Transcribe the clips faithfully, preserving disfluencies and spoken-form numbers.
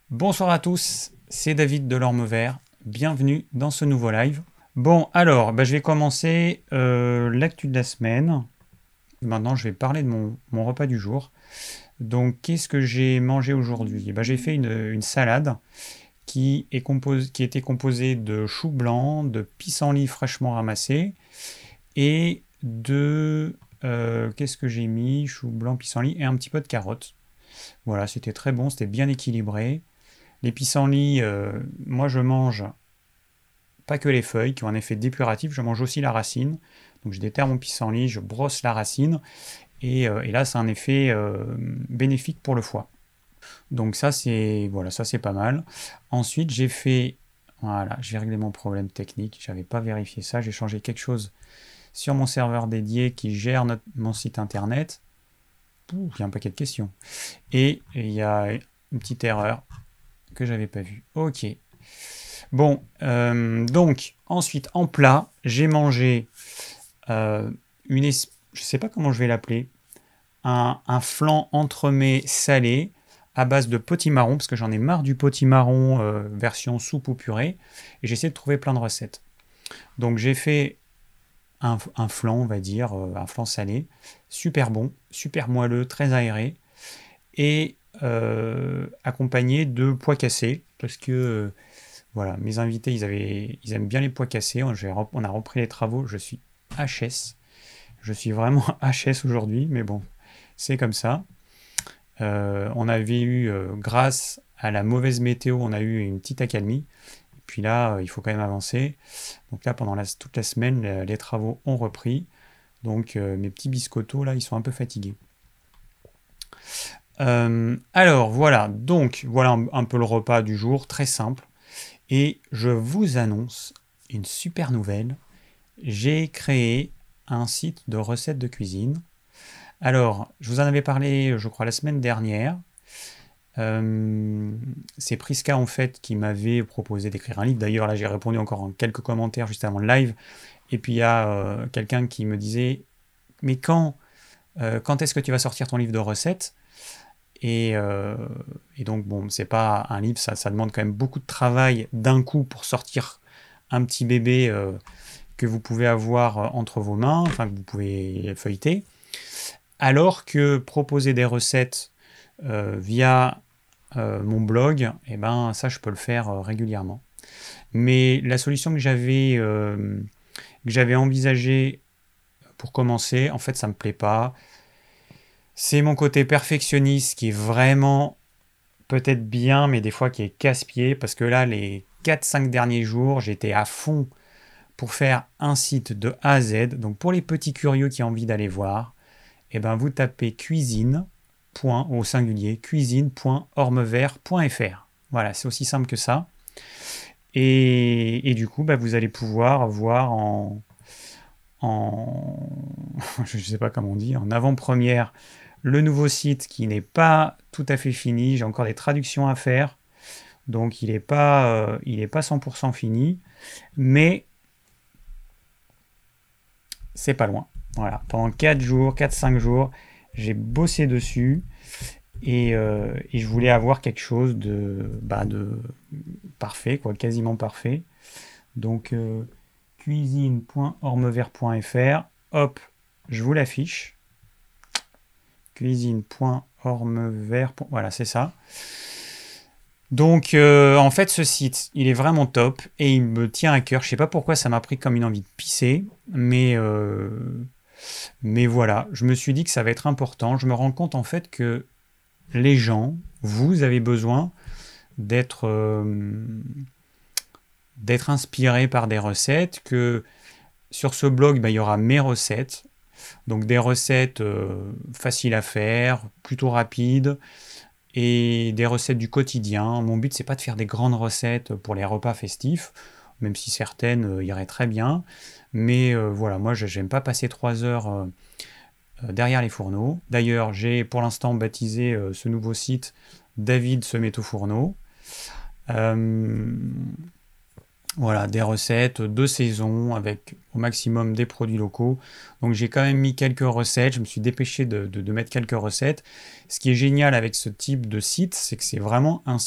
Bonsoir à tous, c'est David de l'Orme Vert. Bienvenue dans ce nouveau live. Bon, alors, bah, je vais commencer euh, l'actu de la semaine. Maintenant, je vais parler de mon, mon repas du jour. Donc, qu'est-ce que j'ai mangé aujourd'hui? Eh ben, j'ai fait une, une salade qui, est compos- qui était composée de choux blancs, de pissenlit fraîchement ramassé et de... euh, qu'est-ce que j'ai mis? Choux blancs, pissenlit et un petit peu de carottes. Voilà, c'était très bon, c'était bien équilibré. Les pissenlits, euh, moi je mange pas que les feuilles qui ont un effet dépuratif, je mange aussi la racine. Donc je déterre mon pissenlit, je brosse la racine et, euh, et là c'est un effet euh, bénéfique pour le foie. Donc ça c'est voilà, ça c'est pas mal. Ensuite j'ai fait voilà, j'ai réglé mon problème technique, j'avais pas vérifié ça, j'ai changé quelque chose sur mon serveur dédié qui gère notre, mon site internet. Ouh, il y a un paquet de questions. Et il y a une petite erreur que j'avais pas vue. Ok. Bon, euh, donc ensuite en plat, j'ai mangé euh, une, es- je sais pas comment je vais l'appeler, un, un flan entremets salé à base de potimarron, parce que j'en ai marre du potimarron euh, version soupe ou purée, et j'essaie de trouver plein de recettes. Donc j'ai fait un, un flan, on va dire, euh, un flan salé, super bon, super moelleux, très aéré, et euh, accompagné de pois cassés, parce que euh, voilà, mes invités, ils, avaient, ils aiment bien les pois cassés. On, j'ai rep- on a repris les travaux. Je suis H S. Je suis vraiment H S aujourd'hui, mais bon, c'est comme ça. Euh, on avait eu, euh, grâce à la mauvaise météo, on a eu une petite accalmie. Et puis là, euh, il faut quand même avancer. Donc là, pendant la- toute la semaine, les, les travaux ont repris. Donc euh, mes petits biscottos, là, ils sont un peu fatigués. Euh, alors voilà, donc voilà un, un peu le repas du jour, très simple. Et je vous annonce une super nouvelle. J'ai créé un site de recettes de cuisine. Alors, je vous en avais parlé, je crois, la semaine dernière. Euh, c'est Priska, en fait, qui m'avait proposé d'écrire un livre. D'ailleurs, là, j'ai répondu encore en quelques commentaires juste avant le live. Et puis, il y a euh, quelqu'un qui me disait, mais quand, euh, quand est-ce que tu vas sortir ton livre de recettes? Et, euh, et donc, bon, c'est pas un livre, ça, ça demande quand même beaucoup de travail d'un coup pour sortir un petit bébé euh, que vous pouvez avoir euh, entre vos mains, enfin que vous pouvez feuilleter, alors que proposer des recettes euh, via euh, mon blog, eh ben ça je peux le faire euh, régulièrement. Mais la solution que j'avais euh, que j'avais envisagée pour commencer, en fait ça me plaît pas. C'est mon côté perfectionniste qui est vraiment peut-être bien, mais des fois qui est casse-pied, parce que là, les quatre cinq derniers jours, j'étais à fond pour faire un site de A à Z. Donc pour les petits curieux qui ont envie d'aller voir, eh ben, vous tapez cuisine, point, au singulier, cuisine point ormevert point f r. Voilà, c'est aussi simple que ça. Et, et du coup, bah, vous allez pouvoir voir en, en je ne sais pas comment on dit, en avant-première le nouveau site qui n'est pas tout à fait fini. J'ai encore des traductions à faire. Donc il n'est pas, euh, il est pas cent pour cent fini. Mais c'est pas loin. Voilà. Pendant quatre jours, quatre cinq jours, j'ai bossé dessus. Et, euh, et je voulais avoir quelque chose de, bah, de parfait, quoi, quasiment parfait. Donc euh, cuisine point ormevert point f r, hop, je vous l'affiche. cuisine point ormevert, voilà, c'est ça. Donc, euh, en fait, ce site, il est vraiment top et il me tient à cœur. Je sais pas pourquoi ça m'a pris comme une envie de pisser, mais, euh, mais voilà, je me suis dit que ça va être important. Je me rends compte en fait que les gens, vous avez besoin d'être euh, d'être inspiré par des recettes, que sur ce blog, bah, il y aura mes recettes. Donc des recettes euh, faciles à faire, plutôt rapides, et des recettes du quotidien. Mon but, c'est pas de faire des grandes recettes pour les repas festifs, même si certaines euh, iraient très bien. Mais euh, voilà, moi, je n'aime pas passer trois heures euh, derrière les fourneaux. D'ailleurs, j'ai pour l'instant baptisé euh, ce nouveau site David se met au fourneau. Euh, voilà, des recettes de saison avec au maximum des produits locaux. Donc j'ai quand même mis quelques recettes, je me suis dépêché de, de, de mettre quelques recettes. Ce qui est génial avec ce type de site, c'est que c'est vraiment un site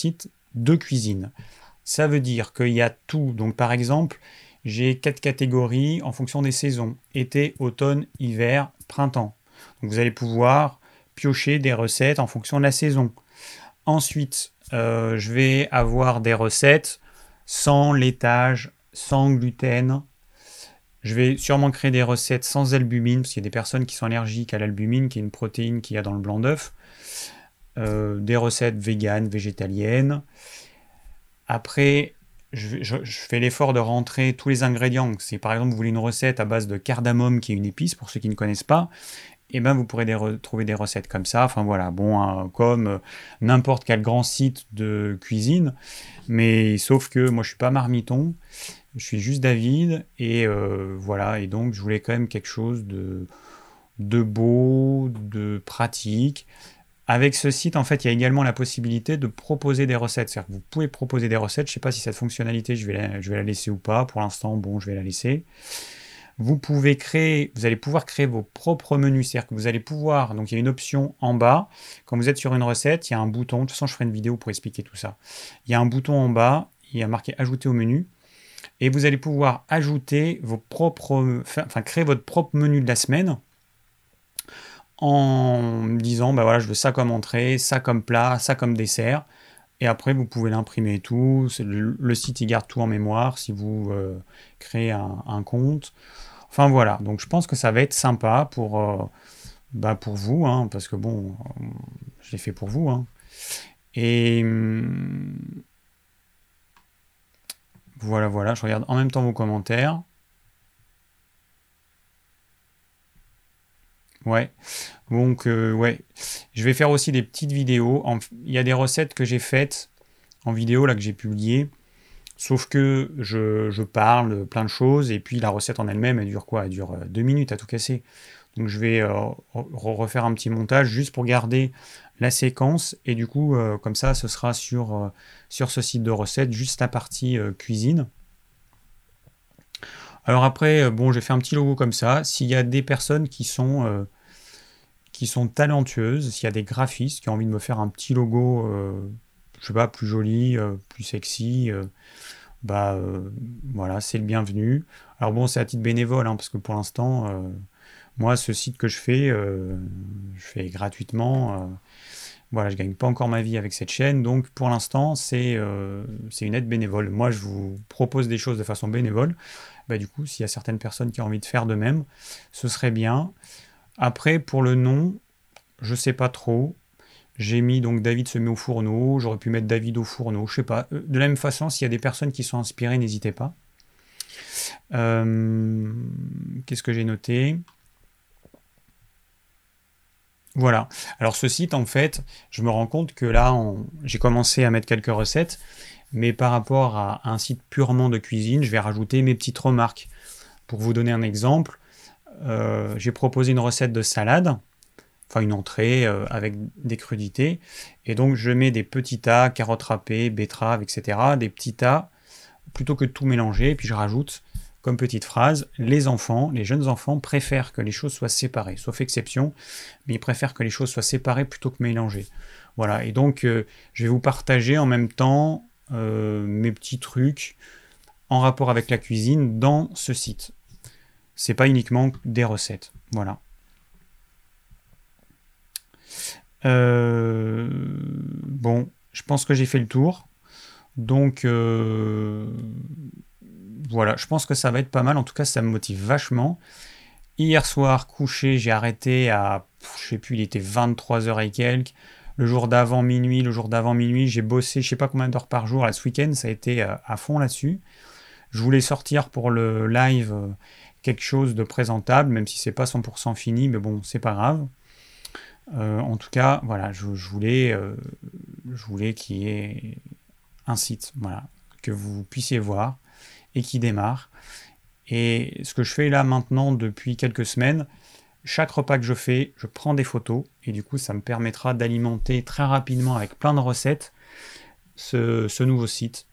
de cuisine. Ça veut dire qu'il y a tout. Donc par exemple, j'ai quatre catégories en fonction des saisons. Été, automne, hiver, printemps. Donc vous allez pouvoir piocher des recettes en fonction de la saison. Ensuite, euh, je vais avoir des recettes sans laitage, sans gluten. Je vais sûrement créer des recettes sans albumine, parce qu'il y a des personnes qui sont allergiques à l'albumine, qui est une protéine qu'il y a dans le blanc d'œuf. Euh, des recettes véganes, végétaliennes. Après, je, je, je fais l'effort de rentrer tous les ingrédients. Donc, si par exemple vous voulez une recette à base de cardamome, qui est une épice, pour ceux qui ne connaissent pas, et ben vous pourrez des re- trouver des recettes comme ça. Enfin voilà, bon, hein, comme euh, n'importe quel grand site de cuisine. Mais sauf que moi je suis pas marmiton, je suis juste David, et euh, voilà, et donc je voulais quand même quelque chose de, de beau, de pratique. Avec ce site, en fait, il y a également la possibilité de proposer des recettes. C'est-à-dire que vous pouvez proposer des recettes. Je ne sais pas si cette fonctionnalité, je vais la, je vais la laisser ou pas. Pour l'instant, bon, je vais la laisser. Vous pouvez créer, vous allez pouvoir créer vos propres menus. C'est-à-dire que vous allez pouvoir, donc il y a une option en bas. Quand vous êtes sur une recette, il y a un bouton. De toute façon, je ferai une vidéo pour expliquer tout ça. Il y a un bouton en bas. Il y a marqué ajouter au menu. Et vous allez pouvoir ajouter vos propres, enfin, créer votre propre menu de la semaine, en me disant, bah voilà, je veux ça comme entrée, ça comme plat, ça comme dessert. Et après, vous pouvez l'imprimer et tout. C'est Le, le site, il garde tout en mémoire si vous euh, créez un, un compte. Enfin voilà, donc je pense que ça va être sympa pour, euh, bah, pour vous, hein, parce que bon, euh, je l'ai fait pour vous. Hein. Et hum, voilà, voilà, je regarde en même temps vos commentaires. Ouais, donc euh, ouais, je vais faire aussi des petites vidéos. En- Il y a des recettes que j'ai faites en vidéo là que j'ai publiées, sauf que je, je parle plein de choses et puis la recette en elle-même, elle dure quoi? Elle dure euh, deux minutes à tout casser. Donc je vais euh, re- refaire un petit montage juste pour garder la séquence et du coup euh, comme ça ce sera sur, euh, sur ce site de recettes juste la partie euh, cuisine. Alors après, euh, bon, j'ai fait un petit logo comme ça. S'il y a des personnes qui sont euh, qui sont talentueuses, s'il y a des graphistes qui ont envie de me faire un petit logo, euh, je sais pas, plus joli, euh, plus sexy, euh, bah euh, voilà, c'est le bienvenu. Alors bon, c'est à titre bénévole, hein, parce que pour l'instant, euh, moi, ce site que je fais, euh, je fais gratuitement. Euh, voilà, je gagne pas encore ma vie avec cette chaîne, donc pour l'instant, c'est euh, c'est une aide bénévole. Moi, je vous propose des choses de façon bénévole. Bah, du coup, s'il y a certaines personnes qui ont envie de faire de même, ce serait bien. Après, pour le nom, je sais pas trop. J'ai mis donc David se met au fourneau. J'aurais pu mettre David au fourneau. Je sais pas. Euh, De la même façon, s'il y a des personnes qui sont inspirées, n'hésitez pas. Euh, Qu'est-ce que j'ai noté? Voilà. Alors ce site, en fait, je me rends compte que là, on- j'ai commencé à mettre quelques recettes, mais par rapport à un site purement de cuisine, je vais rajouter mes petites remarques. Pour vous donner un exemple, euh, j'ai proposé une recette de salade, enfin une entrée euh, avec des crudités. Et donc je mets des petits tas, carottes râpées, betteraves, et cetera. Des petits tas, plutôt que de tout mélanger. Et puis je rajoute, comme petite phrase, les enfants, les jeunes enfants préfèrent que les choses soient séparées, sauf exception, mais ils préfèrent que les choses soient séparées plutôt que mélangées. Voilà, et donc euh, je vais vous partager en même temps euh, mes petits trucs en rapport avec la cuisine dans ce site. C'est pas uniquement des recettes. Voilà. Euh, bon, je pense que j'ai fait le tour. Donc euh, voilà, je pense que ça va être pas mal. En tout cas, ça me motive vachement. Hier soir, couché, j'ai arrêté à, je sais plus, il était vingt-trois heures et quelques. Le jour d'avant minuit, le jour d'avant minuit, j'ai bossé je sais pas combien d'heures par jour. Là, ce week-end, ça a été euh, à fond là-dessus. Je voulais sortir pour le live euh, quelque chose de présentable, même si c'est pas cent pour cent fini, mais bon, c'est pas grave. Euh, en tout cas, voilà, je, je voulais, euh, je voulais qu'il y ait un site, voilà, que vous puissiez voir et qui démarre. Et ce que je fais là maintenant depuis quelques semaines, chaque repas que je fais, je prends des photos et du coup, ça me permettra d'alimenter très rapidement avec plein de recettes ce, ce nouveau site.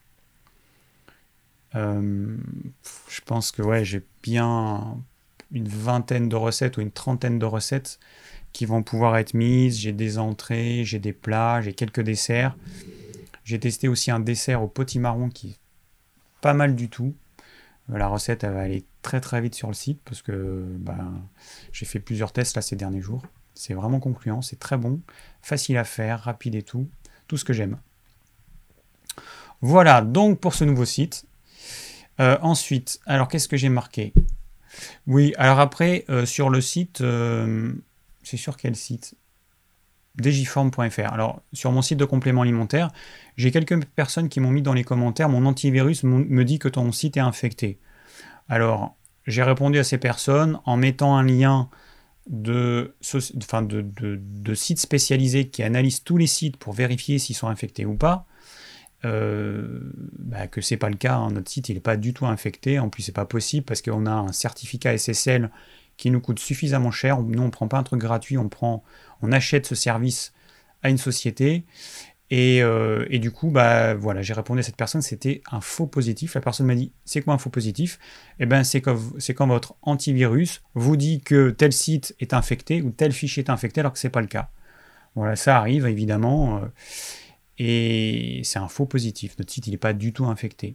Euh, je pense que ouais, j'ai bien une vingtaine de recettes ou une trentaine de recettes qui vont pouvoir être mises. J'ai des entrées, j'ai des plats, j'ai quelques desserts. J'ai testé aussi un dessert au potimarron qui est pas mal du tout. La recette, elle va aller très très vite sur le site parce que ben, j'ai fait plusieurs tests là ces derniers jours. C'est vraiment concluant, c'est très bon, facile à faire, rapide et tout. Tout ce que j'aime. Voilà, donc pour ce nouveau site. Euh, ensuite, alors qu'est-ce que j'ai marqué? Oui, alors après, euh, sur le site, euh, c'est sur quel site? Digiform point F R. Alors, sur mon site de compléments alimentaires, j'ai quelques personnes qui m'ont mis dans les commentaires, mon antivirus me dit que ton site est infecté. Alors, j'ai répondu à ces personnes en mettant un lien de, enfin de, de, de sites spécialisés qui analysent tous les sites pour vérifier s'ils sont infectés ou pas. Euh, bah que c'est pas le cas, hein. Notre site il n'est pas du tout infecté, en plus c'est pas possible parce qu'on a un certificat S S L qui nous coûte suffisamment cher. Nous on prend pas un truc gratuit, on prend, on achète ce service à une société et, euh, et du coup bah voilà, j'ai répondu à cette personne, c'était un faux positif. La personne m'a dit c'est quoi un faux positif? Et ben c'est quand, c'est quand votre antivirus vous dit que tel site est infecté ou tel fichier est infecté alors que c'est pas le cas. Voilà, ça arrive évidemment. Euh, Et c'est un faux positif. Notre site, il n'est pas du tout infecté.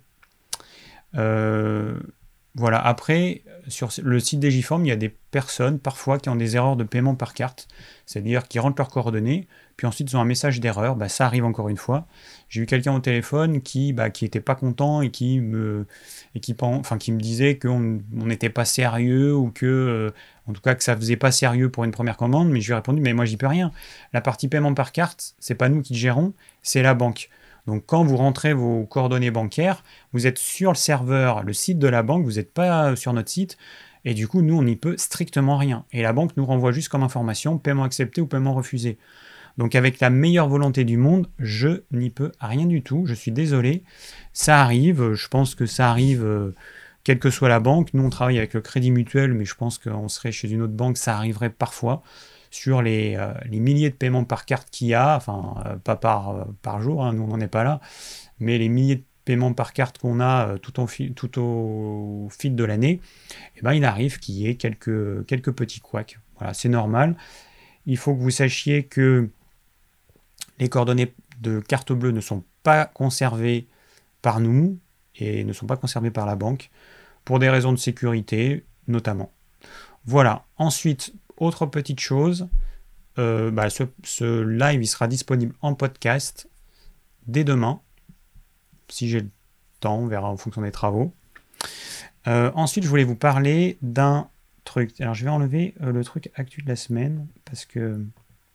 Euh, voilà. Après, sur le site Digiform, il y a des personnes, parfois, qui ont des erreurs de paiement par carte. C'est-à-dire qu'ils rentrent leurs coordonnées, puis ensuite, ils ont un message d'erreur. Bah, ça arrive encore une fois. J'ai eu quelqu'un au téléphone qui bah, qui était pas content et qui me, et qui, enfin, qui me disait qu'on n'était pas sérieux ou que... Euh, en tout cas, que ça faisait pas sérieux pour une première commande, mais je lui ai répondu, mais moi, j'y peux rien. La partie paiement par carte, c'est pas nous qui le gérons, c'est la banque. Donc, quand vous rentrez vos coordonnées bancaires, vous êtes sur le serveur, le site de la banque, vous n'êtes pas sur notre site, et du coup, nous, on n'y peut strictement rien. Et la banque nous renvoie juste comme information, paiement accepté ou paiement refusé. Donc, avec la meilleure volonté du monde, je n'y peux rien du tout, je suis désolé. Ça arrive, je pense que ça arrive... Euh, quelle que soit la banque. Nous, on travaille avec le Crédit Mutuel, mais je pense qu'on serait chez une autre banque, ça arriverait parfois sur les, euh, les milliers de paiements par carte qu'il y a, enfin, euh, pas par, euh, par jour, hein, nous, on n'en est pas là, mais les milliers de paiements par carte qu'on a euh, tout, au fil, tout au fil de l'année, eh ben, il arrive qu'il y ait quelques, quelques petits couacs. Voilà, c'est normal. Il faut que vous sachiez que les coordonnées de carte bleue ne sont pas conservées par nous et ne sont pas conservées par la banque, pour des raisons de sécurité, notamment. Voilà. Ensuite, autre petite chose, euh, bah, ce, ce live, il sera disponible en podcast dès demain, si j'ai le temps, on verra en fonction des travaux. Euh, ensuite, je voulais vous parler d'un truc. Alors, je vais enlever euh, le truc actu de la semaine, parce que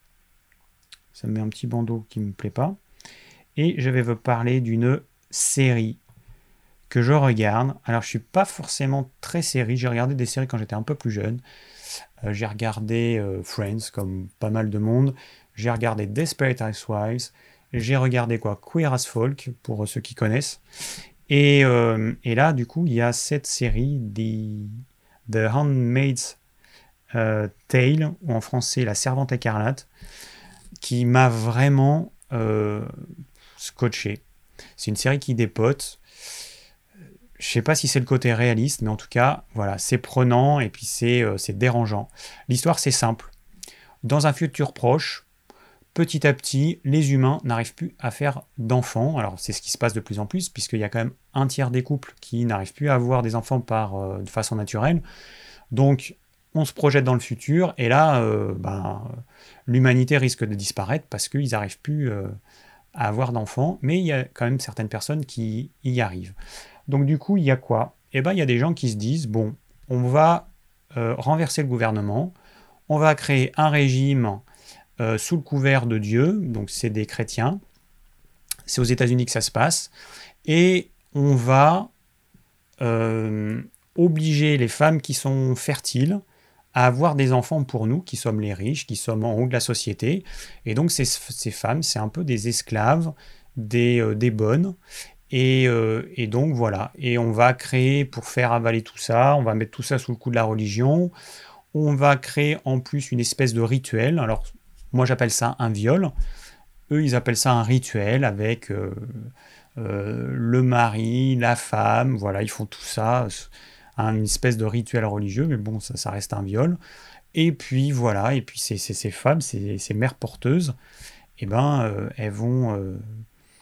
ça me met un petit bandeau qui ne me plaît pas. Et je vais vous parler d'une série que je regarde. Alors, je suis pas forcément très série. J'ai regardé des séries quand j'étais un peu plus jeune. Euh, j'ai regardé euh, Friends, comme pas mal de monde. J'ai regardé Desperate Housewives. J'ai regardé quoi Queer as Folk, pour ceux qui connaissent. Et, euh, et là, du coup, il y a cette série, The, The Handmaid's euh, Tale, ou en français La Servante écarlate, qui m'a vraiment euh, scotché. C'est une série qui dépote. Je sais pas si c'est le côté réaliste, mais en tout cas, voilà, c'est prenant et puis c'est, euh, c'est dérangeant. L'histoire, c'est simple. Dans un futur proche, petit à petit, les humains n'arrivent plus à faire d'enfants. Alors, c'est ce qui se passe de plus en plus, puisqu'il y a quand même un tiers des couples qui n'arrivent plus à avoir des enfants par, euh, de façon naturelle. Donc, on se projette dans le futur, et là, euh, ben, l'humanité risque de disparaître parce qu'ils n'arrivent plus euh, à avoir d'enfants, mais il y a quand même certaines personnes qui y arrivent. Donc du coup, il y a quoi? Eh bien, il y a des gens qui se disent, bon, on va euh, renverser le gouvernement, on va créer un régime euh, sous le couvert de Dieu, donc c'est des chrétiens, c'est aux États-Unis que ça se passe, et on va euh, obliger les femmes qui sont fertiles à avoir des enfants pour nous, qui sommes les riches, qui sommes en haut de la société, et donc ces, ces femmes, c'est un peu des esclaves, des, euh, des bonnes. Et, euh, et donc voilà, et on va créer, pour faire avaler tout ça, on va mettre tout ça sous le coup de la religion, on va créer en plus une espèce de rituel. Alors moi j'appelle ça un viol, eux ils appellent ça un rituel avec euh, euh, le mari, la femme, voilà, ils font tout ça, hein, une espèce de rituel religieux, mais bon, ça, ça reste un viol. Et puis voilà, et puis ces, ces, ces femmes, ces, ces mères porteuses, eh ben, euh, elles vont... Euh,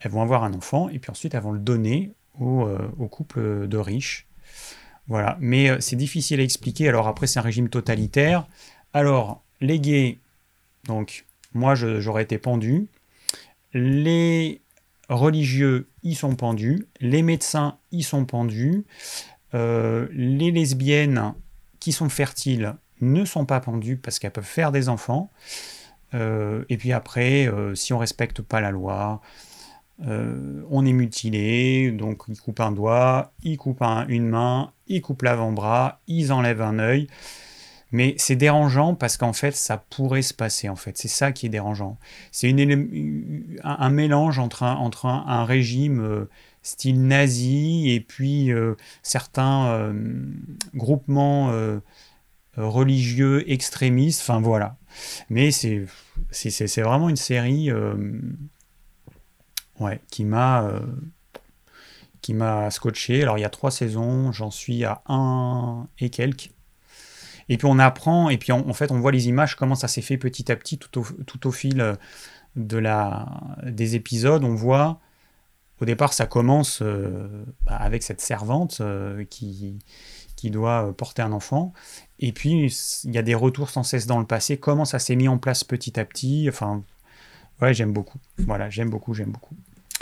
elles vont avoir un enfant, et puis ensuite, elles vont le donner au, euh, au couple de riches. Voilà, mais euh, c'est difficile à expliquer. Alors après, c'est un régime totalitaire. Alors, les gays, donc, moi, je, j'aurais été pendu. Les religieux, ils sont pendus. Les médecins, ils sont pendus. Euh, les lesbiennes qui sont fertiles ne sont pas pendues parce qu'elles peuvent faire des enfants. Euh, et puis après, euh, si on respecte pas la loi, euh, on est mutilé. Donc ils coupent un doigt, ils coupent un- une main, ils coupent l'avant-bras, ils enlèvent un œil. Mais c'est dérangeant parce qu'en fait, ça pourrait se passer. En fait, c'est ça qui est dérangeant. C'est une élé- un, un mélange entre un, entre un, un régime euh, style nazi et puis euh, certains euh, groupements euh, religieux extrémistes. Enfin voilà. Mais c'est c'est, c'est, c'est vraiment une série euh, ouais, qui m'a euh, qui m'a scotché. Alors il y a trois saisons, j'en suis à un et quelques. Et puis on apprend, et puis en, en fait on voit les images, comment ça s'est fait petit à petit tout au, tout au fil de la, des épisodes. On voit, au départ ça commence euh, bah, avec cette servante euh, qui, qui doit porter un enfant. Et puis il y a des retours sans cesse dans le passé, comment ça s'est mis en place petit à petit. Enfin, ouais, j'aime beaucoup. Voilà, j'aime beaucoup, j'aime beaucoup.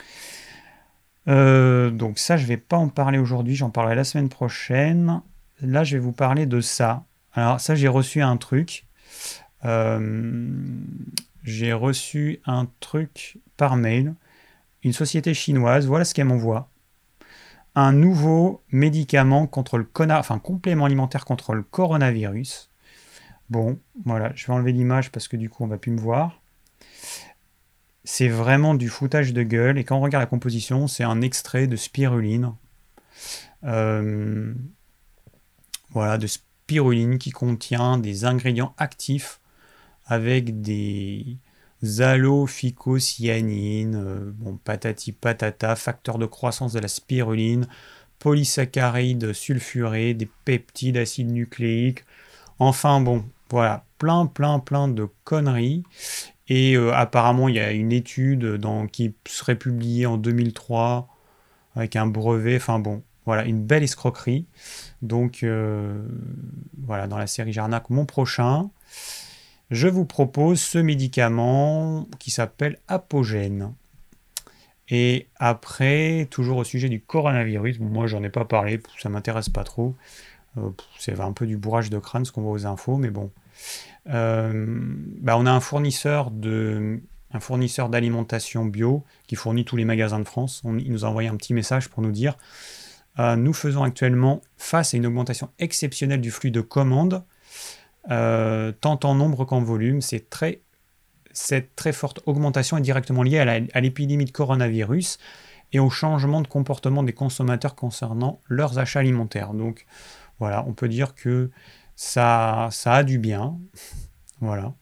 Euh, donc ça, je vais pas en parler aujourd'hui, j'en parlerai la semaine prochaine. Là, je vais vous parler de ça. Alors ça, j'ai reçu un truc. Euh, j'ai reçu un truc par mail. Une société chinoise, voilà ce qu'elle m'envoie. Un nouveau médicament contre le cona... enfin complément alimentaire contre le coronavirus. Bon, voilà, je vais enlever l'image parce que du coup, on va plus me voir. C'est vraiment du foutage de gueule. Et quand on regarde la composition, c'est un extrait de spiruline. Euh, voilà, de spiruline qui contient des ingrédients actifs avec des allophycocyanines, euh, bon, patati patata, facteurs de croissance de la spiruline, polysaccharides sulfurés, des peptides, acides nucléiques. Enfin bon, voilà, plein, plein, plein de conneries. Et euh, apparemment, il y a une étude dans, qui serait publiée en deux mille trois avec un brevet. Enfin bon, voilà, une belle escroquerie. Donc euh, voilà, dans la série Jarnac, mon prochain, je vous propose ce médicament qui s'appelle Apogène. Et après, toujours au sujet du coronavirus, bon, moi j'en ai pas parlé, ça m'intéresse pas trop. Euh, c'est un peu du bourrage de crâne ce qu'on voit aux infos, mais bon. Euh, bah on a un fournisseur de, un fournisseur d'alimentation bio qui fournit tous les magasins de France. On, il nous a envoyé un petit message pour nous dire euh, nous faisons actuellement face à une augmentation exceptionnelle du flux de commandes, euh, tant en nombre qu'en volume. C'est très, cette très forte augmentation est directement liée à, la, à l'épidémie de coronavirus et au changement de comportement des consommateurs concernant leurs achats alimentaires. Donc voilà, on peut dire que ça, ça a du bien. Voilà.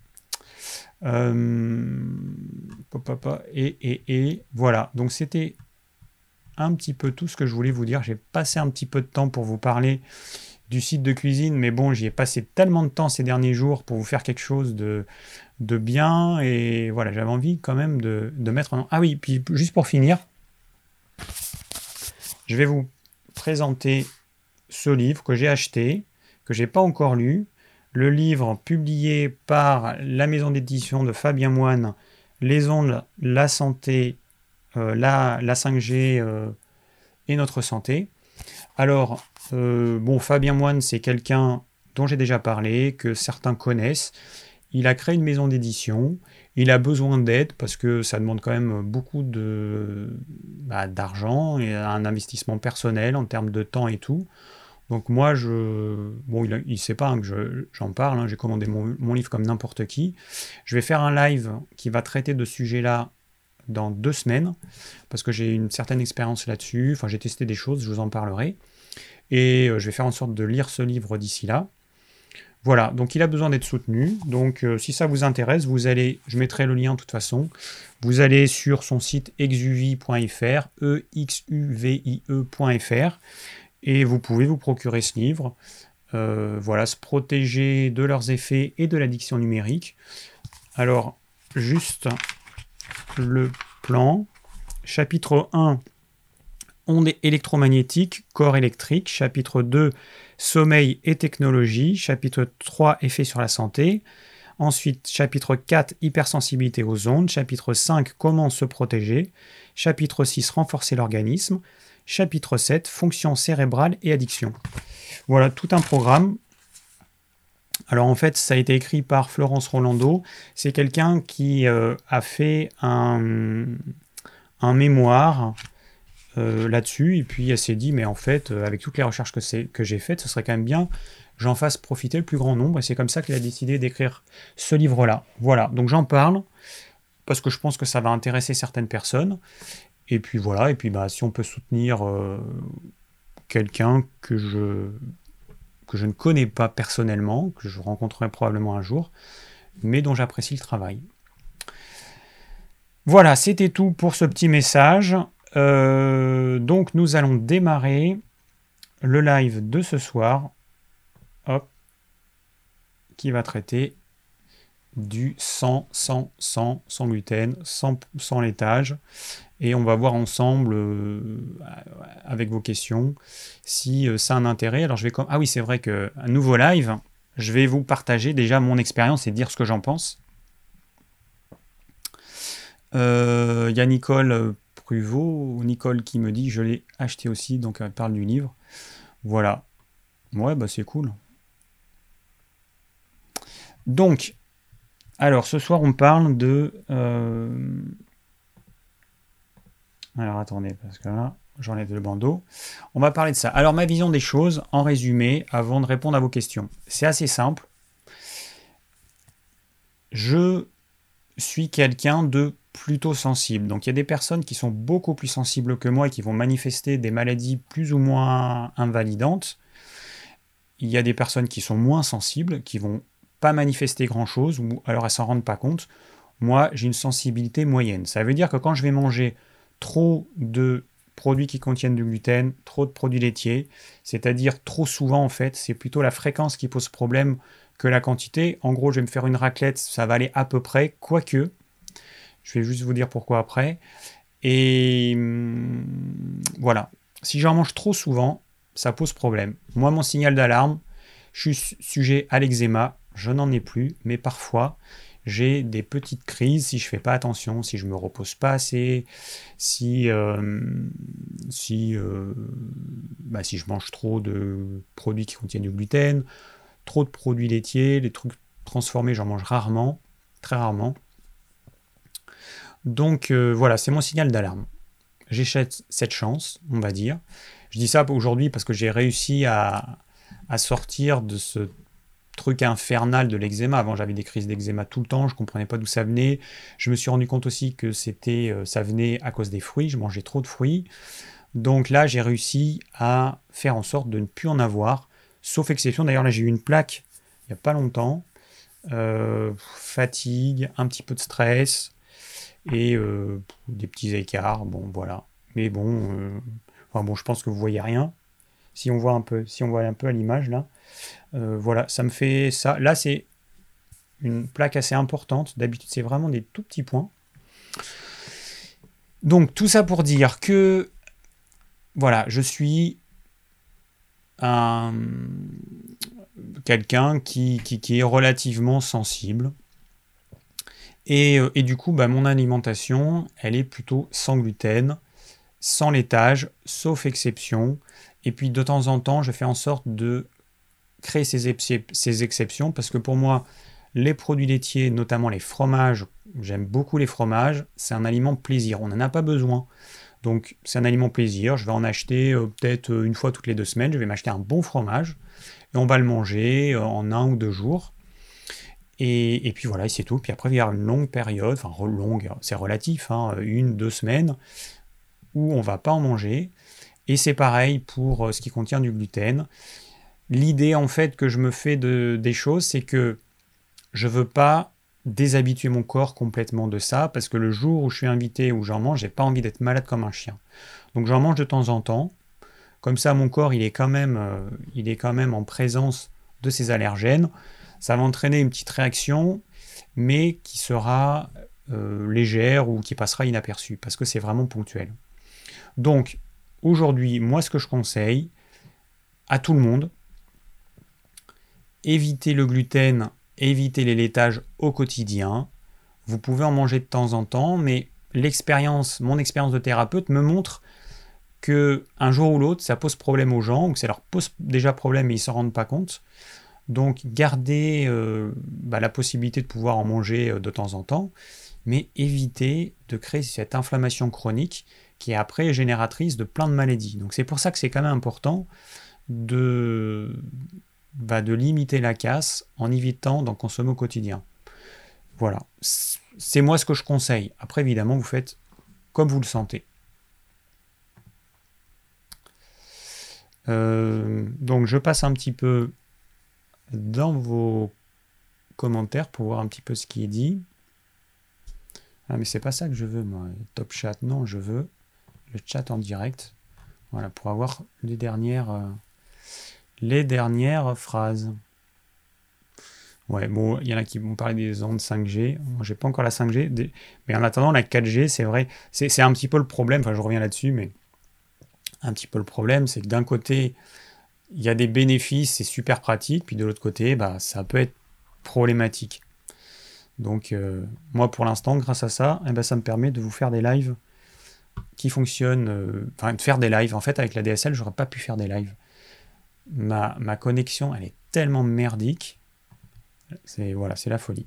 Euh, et, et, et voilà. Donc c'était un petit peu tout ce que je voulais vous dire. J'ai passé un petit peu de temps pour vous parler du site de cuisine, mais bon, j'y ai passé tellement de temps ces derniers jours pour vous faire quelque chose de, de bien. Et voilà, j'avais envie quand même de, de mettre un... Ah oui, puis juste pour finir, je vais vous présenter ce livre que j'ai acheté, que j'ai pas encore lu. Le livre publié par la maison d'édition de Fabien Moine, Les ondes, la santé, euh, la, la cinq G euh, et notre santé. Alors, euh, bon, Fabien Moine, c'est quelqu'un dont j'ai déjà parlé, que certains connaissent. Il a créé une maison d'édition. Il a besoin d'aide parce que ça demande quand même beaucoup de, bah, d'argent et un investissement personnel en termes de temps et tout. Donc moi, je... bon, il ne sait pas hein, que je, j'en parle, hein, j'ai commandé mon, mon livre comme n'importe qui. Je vais faire un live qui va traiter de ce sujet-là dans deux semaines, parce que j'ai une certaine expérience là-dessus, enfin j'ai testé des choses, je vous en parlerai. Et euh, je vais faire en sorte de lire ce livre d'ici là. Voilà, donc il a besoin d'être soutenu. Donc euh, si ça vous intéresse, vous allez, je mettrai le lien de toute façon, vous allez sur son site exuvie point f r, e x u v i e point f r, et vous pouvez vous procurer ce livre. Euh, voilà, se protéger de leurs effets et de l'addiction numérique. Alors, juste le plan. chapitre un, ondes électromagnétiques, corps électrique. Chapitre deux, sommeil et technologie. Chapitre trois, effets sur la santé. Ensuite, chapitre quatre, hypersensibilité aux ondes. Chapitre cinq, comment se protéger. Chapitre six, renforcer l'organisme. Chapitre sept, fonction cérébrale et addiction. Voilà, tout un programme. Alors en fait, ça a été écrit par Florence Rolando. C'est quelqu'un qui euh, a fait un, un mémoire euh, là-dessus. Et puis elle s'est dit, mais en fait, euh, avec toutes les recherches que, c'est, que j'ai faites, ce serait quand même bien j'en fasse profiter le plus grand nombre. Et c'est comme ça qu'elle a décidé d'écrire ce livre-là. Voilà, donc j'en parle parce que je pense que ça va intéresser certaines personnes. Et puis voilà, et puis bah, si on peut soutenir euh, quelqu'un que je... que je ne connais pas personnellement, que je rencontrerai probablement un jour, mais dont j'apprécie le travail. Voilà, c'était tout pour ce petit message. Euh, donc nous allons démarrer le live de ce soir, hop, qui va traiter du sans, sans, sans, sans gluten, sans, sans laitage. Et on va voir ensemble, euh, avec vos questions, si euh, ça a un intérêt. Alors je vais comme ah oui, c'est vrai qu'un nouveau live, je vais vous partager déjà mon expérience et dire ce que j'en pense. Il euh, y a Nicole Pruvot, Nicole qui me dit je l'ai acheté aussi, donc elle parle du livre. Voilà. Ouais, bah c'est cool. Donc, alors ce soir on parle de... Euh... Alors attendez, parce que là, j'enlève le bandeau. On va parler de ça. Alors ma vision des choses, en résumé, avant de répondre à vos questions. C'est assez simple. Je suis quelqu'un de plutôt sensible. Donc il y a des personnes qui sont beaucoup plus sensibles que moi et qui vont manifester des maladies plus ou moins invalidantes. Il y a des personnes qui sont moins sensibles, qui vont pas manifester grand-chose, ou alors elles s'en rendent pas compte. Moi, j'ai une sensibilité moyenne. Ça veut dire que quand je vais manger trop de produits qui contiennent du gluten, trop de produits laitiers, c'est-à-dire trop souvent en fait, c'est plutôt la fréquence qui pose problème que la quantité. En gros, je vais me faire une raclette, ça va aller à peu près, quoique, je vais juste vous dire pourquoi après. Et hum, voilà, si j'en mange trop souvent, ça pose problème. Moi, mon signal d'alarme, je suis sujet à l'eczéma, je n'en ai plus, mais parfois, j'ai des petites crises si je ne fais pas attention, si je ne me repose pas assez, si, euh, si, euh, bah, si je mange trop de produits qui contiennent du gluten, trop de produits laitiers, les trucs transformés, j'en mange rarement, très rarement. Donc euh, voilà, c'est mon signal d'alarme. J'ai cette chance, on va dire. Je dis ça aujourd'hui parce que j'ai réussi à, à sortir de ce truc infernal de l'eczéma. Avant, j'avais des crises d'eczéma tout le temps, je ne comprenais pas d'où ça venait. Je me suis rendu compte aussi que c'était, euh, ça venait à cause des fruits, je mangeais trop de fruits. Donc là, j'ai réussi à faire en sorte de ne plus en avoir, sauf exception. D'ailleurs, là, j'ai eu une plaque il n'y a pas longtemps. Euh, fatigue, un petit peu de stress et euh, des petits écarts. Bon, voilà. Mais bon, euh, enfin, bon, je pense que vous voyez rien. Si on voit un peu, si on voit un peu à l'image, là. Euh, voilà, ça me fait ça. Là, c'est une plaque assez importante. D'habitude, c'est vraiment des tout petits points. Donc, tout ça pour dire que, voilà, je suis un, quelqu'un qui, qui, qui est relativement sensible. Et, et du coup, bah, mon alimentation, elle est plutôt sans gluten, sans laitage, sauf exception. Et puis, de temps en temps, je fais en sorte de créer ces, excep- ces exceptions, parce que pour moi, les produits laitiers, notamment les fromages, j'aime beaucoup les fromages, c'est un aliment plaisir, on n'en a pas besoin. Donc c'est un aliment plaisir, je vais en acheter euh, peut-être une fois toutes les deux semaines, je vais m'acheter un bon fromage, et on va le manger euh, en un ou deux jours. Et, et puis voilà, et c'est tout. Puis après, il y a une longue période, enfin longue, c'est relatif, hein, une, deux semaines, où on ne va pas en manger. Et c'est pareil pour euh, ce qui contient du gluten. L'idée en fait que je me fais de, des choses, c'est que je veux pas déshabituer mon corps complètement de ça, parce que le jour où je suis invité, où j'en mange, j'ai pas envie d'être malade comme un chien. Donc j'en mange de temps en temps. Comme ça, mon corps, il est quand même, euh, il est quand même en présence de ces allergènes. Ça va entraîner une petite réaction, mais qui sera euh, légère ou qui passera inaperçue, parce que c'est vraiment ponctuel. Donc, aujourd'hui, moi, ce que je conseille à tout le monde, évitez le gluten, évitez les laitages au quotidien. Vous pouvez en manger de temps en temps, mais l'expérience, mon expérience de thérapeute me montre que un jour ou l'autre, ça pose problème aux gens, ou que ça leur pose déjà problème et ils ne s'en rendent pas compte. Donc, gardez euh, bah, la possibilité de pouvoir en manger euh, de temps en temps, mais évitez de créer cette inflammation chronique qui est après génératrice de plein de maladies. Donc, c'est pour ça que c'est quand même important de, bah, de limiter la casse en évitant d'en consommer au quotidien. Voilà, c'est moi ce que je conseille. Après, évidemment, vous faites comme vous le sentez. Euh, donc, je passe un petit peu dans vos commentaires pour voir un petit peu ce qui est dit. Ah, mais c'est pas ça que je veux, moi. Top chat, non, je veux le chat en direct. Voilà, pour avoir les dernières, euh, les dernières phrases. Ouais, bon, il y en a qui vont parler des ondes cinq G. Moi, j'ai pas encore la cinq G. Des... Mais en attendant, la quatre G, c'est vrai. C'est, c'est un petit peu le problème. Enfin, je reviens là-dessus, mais un petit peu le problème, c'est que d'un côté, il y a des bénéfices, c'est super pratique. Puis de l'autre côté, bah, ça peut être problématique. Donc, euh, moi, pour l'instant, grâce à ça, eh ben, ça me permet de vous faire des lives qui fonctionnent. Euh, enfin, de faire des lives. En fait, avec la D S L, j'aurais pas pu faire des lives. Ma, ma connexion, elle est tellement merdique. C'est, voilà, c'est la folie.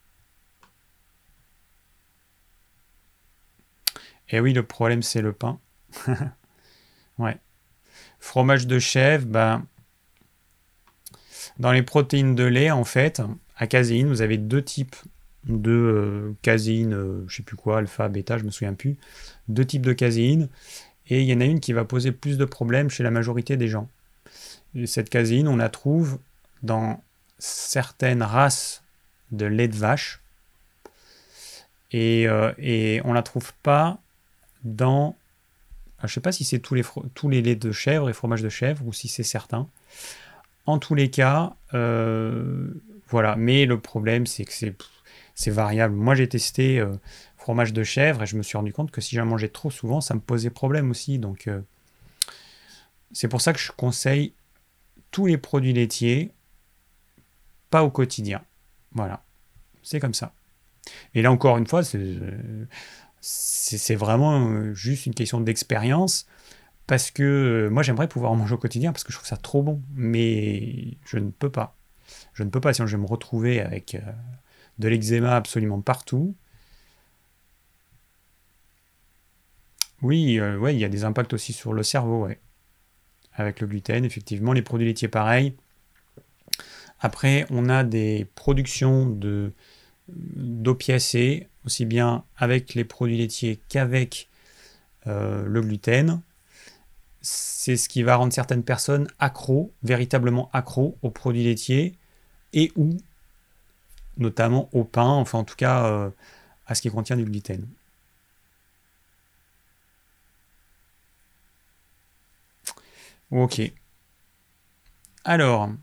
Et oui, le problème, c'est le pain. Ouais. Fromage de chèvre, ben, dans les protéines de lait, en fait, à caséine, vous avez deux types de euh, caséine, euh, je sais plus quoi, alpha, bêta, je me souviens plus. Deux types de caséine. Et il y en a une qui va poser plus de problèmes chez la majorité des gens. Et cette caséine, on la trouve dans certaines races de lait de vache. Et, euh, et on la trouve pas dans... Je ne sais pas si c'est tous les, fro- tous les laits de chèvre et fromages de chèvre ou si c'est certains. En tous les cas, euh, voilà. Mais le problème, c'est que c'est, c'est variable. Moi, j'ai testé euh, fromage de chèvre et je me suis rendu compte que si j'en mangeais trop souvent, ça me posait problème aussi. Donc, euh, c'est pour ça que je conseille tous les produits laitiers, pas au quotidien. Voilà. C'est comme ça. Et là, encore une fois, c'est, euh, c'est, c'est vraiment euh, juste une question d'expérience. Parce que euh, moi, j'aimerais pouvoir en manger au quotidien parce que je trouve ça trop bon. Mais je ne peux pas. Je ne peux pas, sinon je vais me retrouver avec euh, de l'eczéma absolument partout. Oui, euh, ouais, il y a des impacts aussi sur le cerveau, ouais. Avec le gluten, effectivement. Les produits laitiers, pareil. Après, on a des productions de, d'opiacés, aussi bien avec les produits laitiers qu'avec euh, le gluten. C'est ce qui va rendre certaines personnes accros, véritablement accros aux produits laitiers et ou notamment au pain, enfin en tout cas euh, à ce qui contient du gluten. Ok. Alors,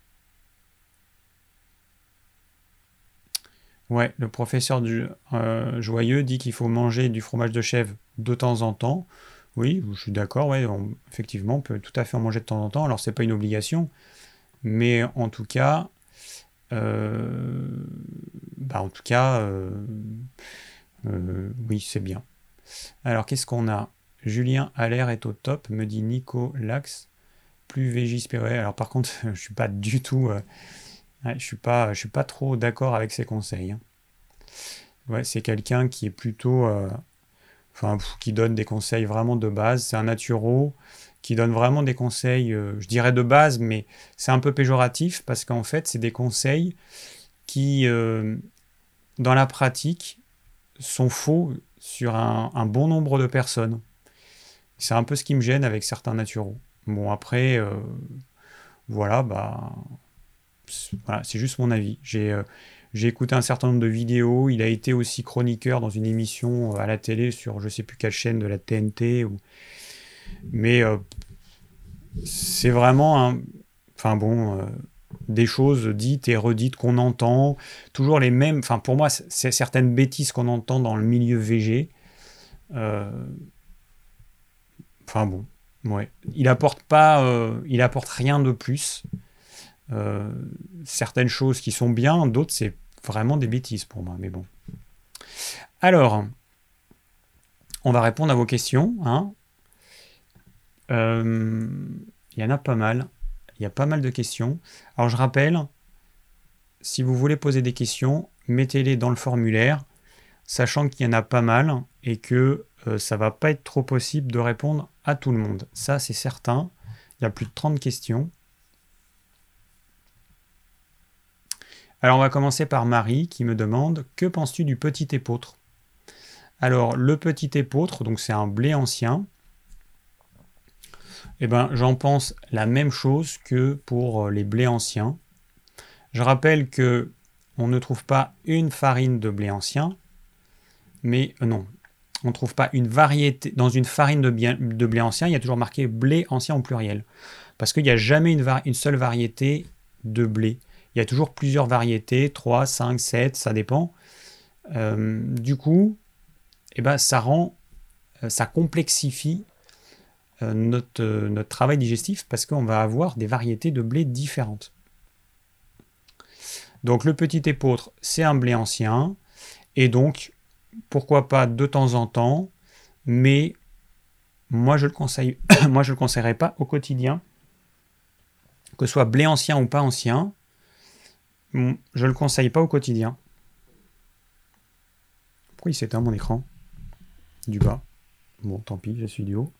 ouais, le professeur du, euh, Joyeux dit qu'il faut manger du fromage de chèvre de temps en temps. Oui, je suis d'accord, ouais, on- effectivement, on peut tout à fait en manger de temps en temps. Alors, c'est pas une obligation, mais en tout cas, euh, bah, en tout cas, euh, euh, oui, c'est bien. Alors, qu'est-ce qu'on a? Julien Allaire est au top, me dit Nico Lax, plus végispéré. Alors, par contre, je suis pas du tout, euh, ouais, je suis pas, je suis pas trop d'accord avec ses conseils, hein. Ouais, c'est quelqu'un qui est plutôt, euh, enfin, pff, qui donne des conseils vraiment de base. C'est un naturo qui donne vraiment des conseils, euh, je dirais de base, mais c'est un peu péjoratif parce qu'en fait, c'est des conseils qui, euh, dans la pratique, sont faux sur un, un bon nombre de personnes. C'est un peu ce qui me gêne avec certains naturaux. Bon, après, euh, voilà, bah, c'est voilà, c'est juste mon avis. J'ai euh, j'ai écouté un certain nombre de vidéos. Il a été aussi chroniqueur dans une émission euh, à la télé sur je sais plus quelle chaîne de la T N T. Ou... Mais euh, c'est vraiment un... Enfin bon, euh, des choses dites et redites qu'on entend, toujours les mêmes, enfin pour moi c'est certaines bêtises qu'on entend dans le milieu V G. Euh, enfin bon, ouais. Il apporte pas, euh, il apporte rien de plus. Euh, certaines choses qui sont bien, d'autres c'est vraiment des bêtises pour moi, mais bon. Alors, on va répondre à vos questions. Hein. Euh, il y en a pas mal. Il y a pas mal de questions. Alors je rappelle, si vous voulez poser des questions, mettez-les dans le formulaire, sachant qu'il y en a pas mal et que euh, ça va pas être trop possible de répondre à tout le monde. Ça, c'est certain. Il y a plus de trente questions. Alors, on va commencer par Marie qui me demande « Que penses-tu du petit épeautre ?» Alors, le petit épeautre, donc c'est un blé ancien. Eh ben, j'en pense la même chose que pour les blés anciens. Je rappelle que on ne trouve pas une farine de blé ancien, mais euh, non, on ne trouve pas une variété. Dans une farine de, bien, de blé ancien, il y a toujours marqué blé ancien au pluriel. Parce qu'il n'y a jamais une, une seule variété de blé. Il y a toujours plusieurs variétés, trois, cinq, sept, ça dépend. Euh, du coup, eh ben, ça rend, ça complexifie euh, notre, euh, notre travail digestif parce qu'on va avoir des variétés de blé différentes. Donc le petit épeautre, c'est un blé ancien, et donc pourquoi pas de temps en temps, mais moi je le conseille, moi je le conseillerais pas au quotidien, que ce soit blé ancien ou pas ancien, je le conseille pas au quotidien. Pourquoi il s'éteint mon écran du bas? Bon, tant pis, je suis du haut.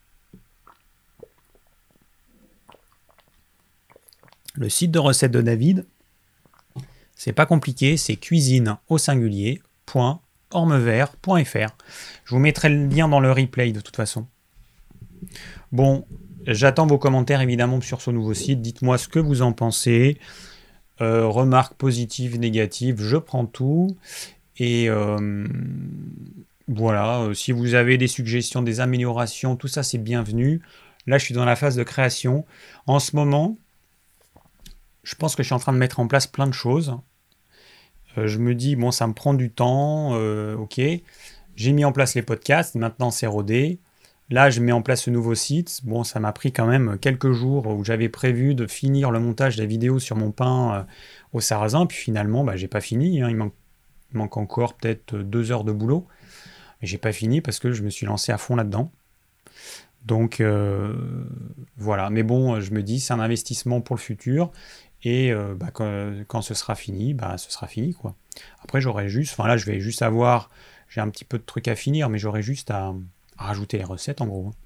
Le site de recette de David, c'est pas compliqué, c'est cuisine au singulier point ormevert point f r. Je vous mettrai le lien dans le replay de toute façon. Bon, j'attends vos commentaires évidemment sur ce nouveau site. Dites-moi ce que vous en pensez. Euh, remarques positives, négatives, je prends tout. Et euh, voilà, euh, si vous avez des suggestions, des améliorations, tout ça c'est bienvenu. Là, je suis dans la phase de création. En ce moment, je pense que je suis en train de mettre en place plein de choses. Euh, je me dis, bon, ça me prend du temps, euh, ok. J'ai mis en place les podcasts, maintenant c'est rodé. Là, je mets en place ce nouveau site. Bon, ça m'a pris quand même quelques jours où j'avais prévu de finir le montage des vidéos sur mon pain euh, au sarrasin. Puis finalement, bah, j'ai pas fini. Hein. Il, manque, il manque encore peut-être deux heures de boulot. Mais j'ai pas fini parce que je me suis lancé à fond là-dedans. Donc, euh, voilà. Mais bon, je me dis, c'est un investissement pour le futur. Et euh, bah, quand, quand ce sera fini, bah, ce sera fini, quoi. Après, j'aurai juste... Enfin, là, je vais juste avoir... J'ai un petit peu de trucs à finir, mais j'aurai juste à... à rajouter les recettes en gros.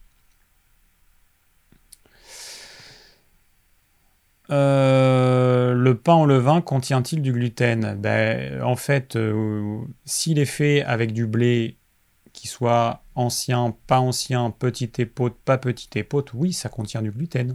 Euh, le pain au levain contient-il du gluten? Ben, en fait, euh, s'il est fait avec du blé qui soit ancien, pas ancien, petit épeautre, pas petit épeautre, oui, ça contient du gluten.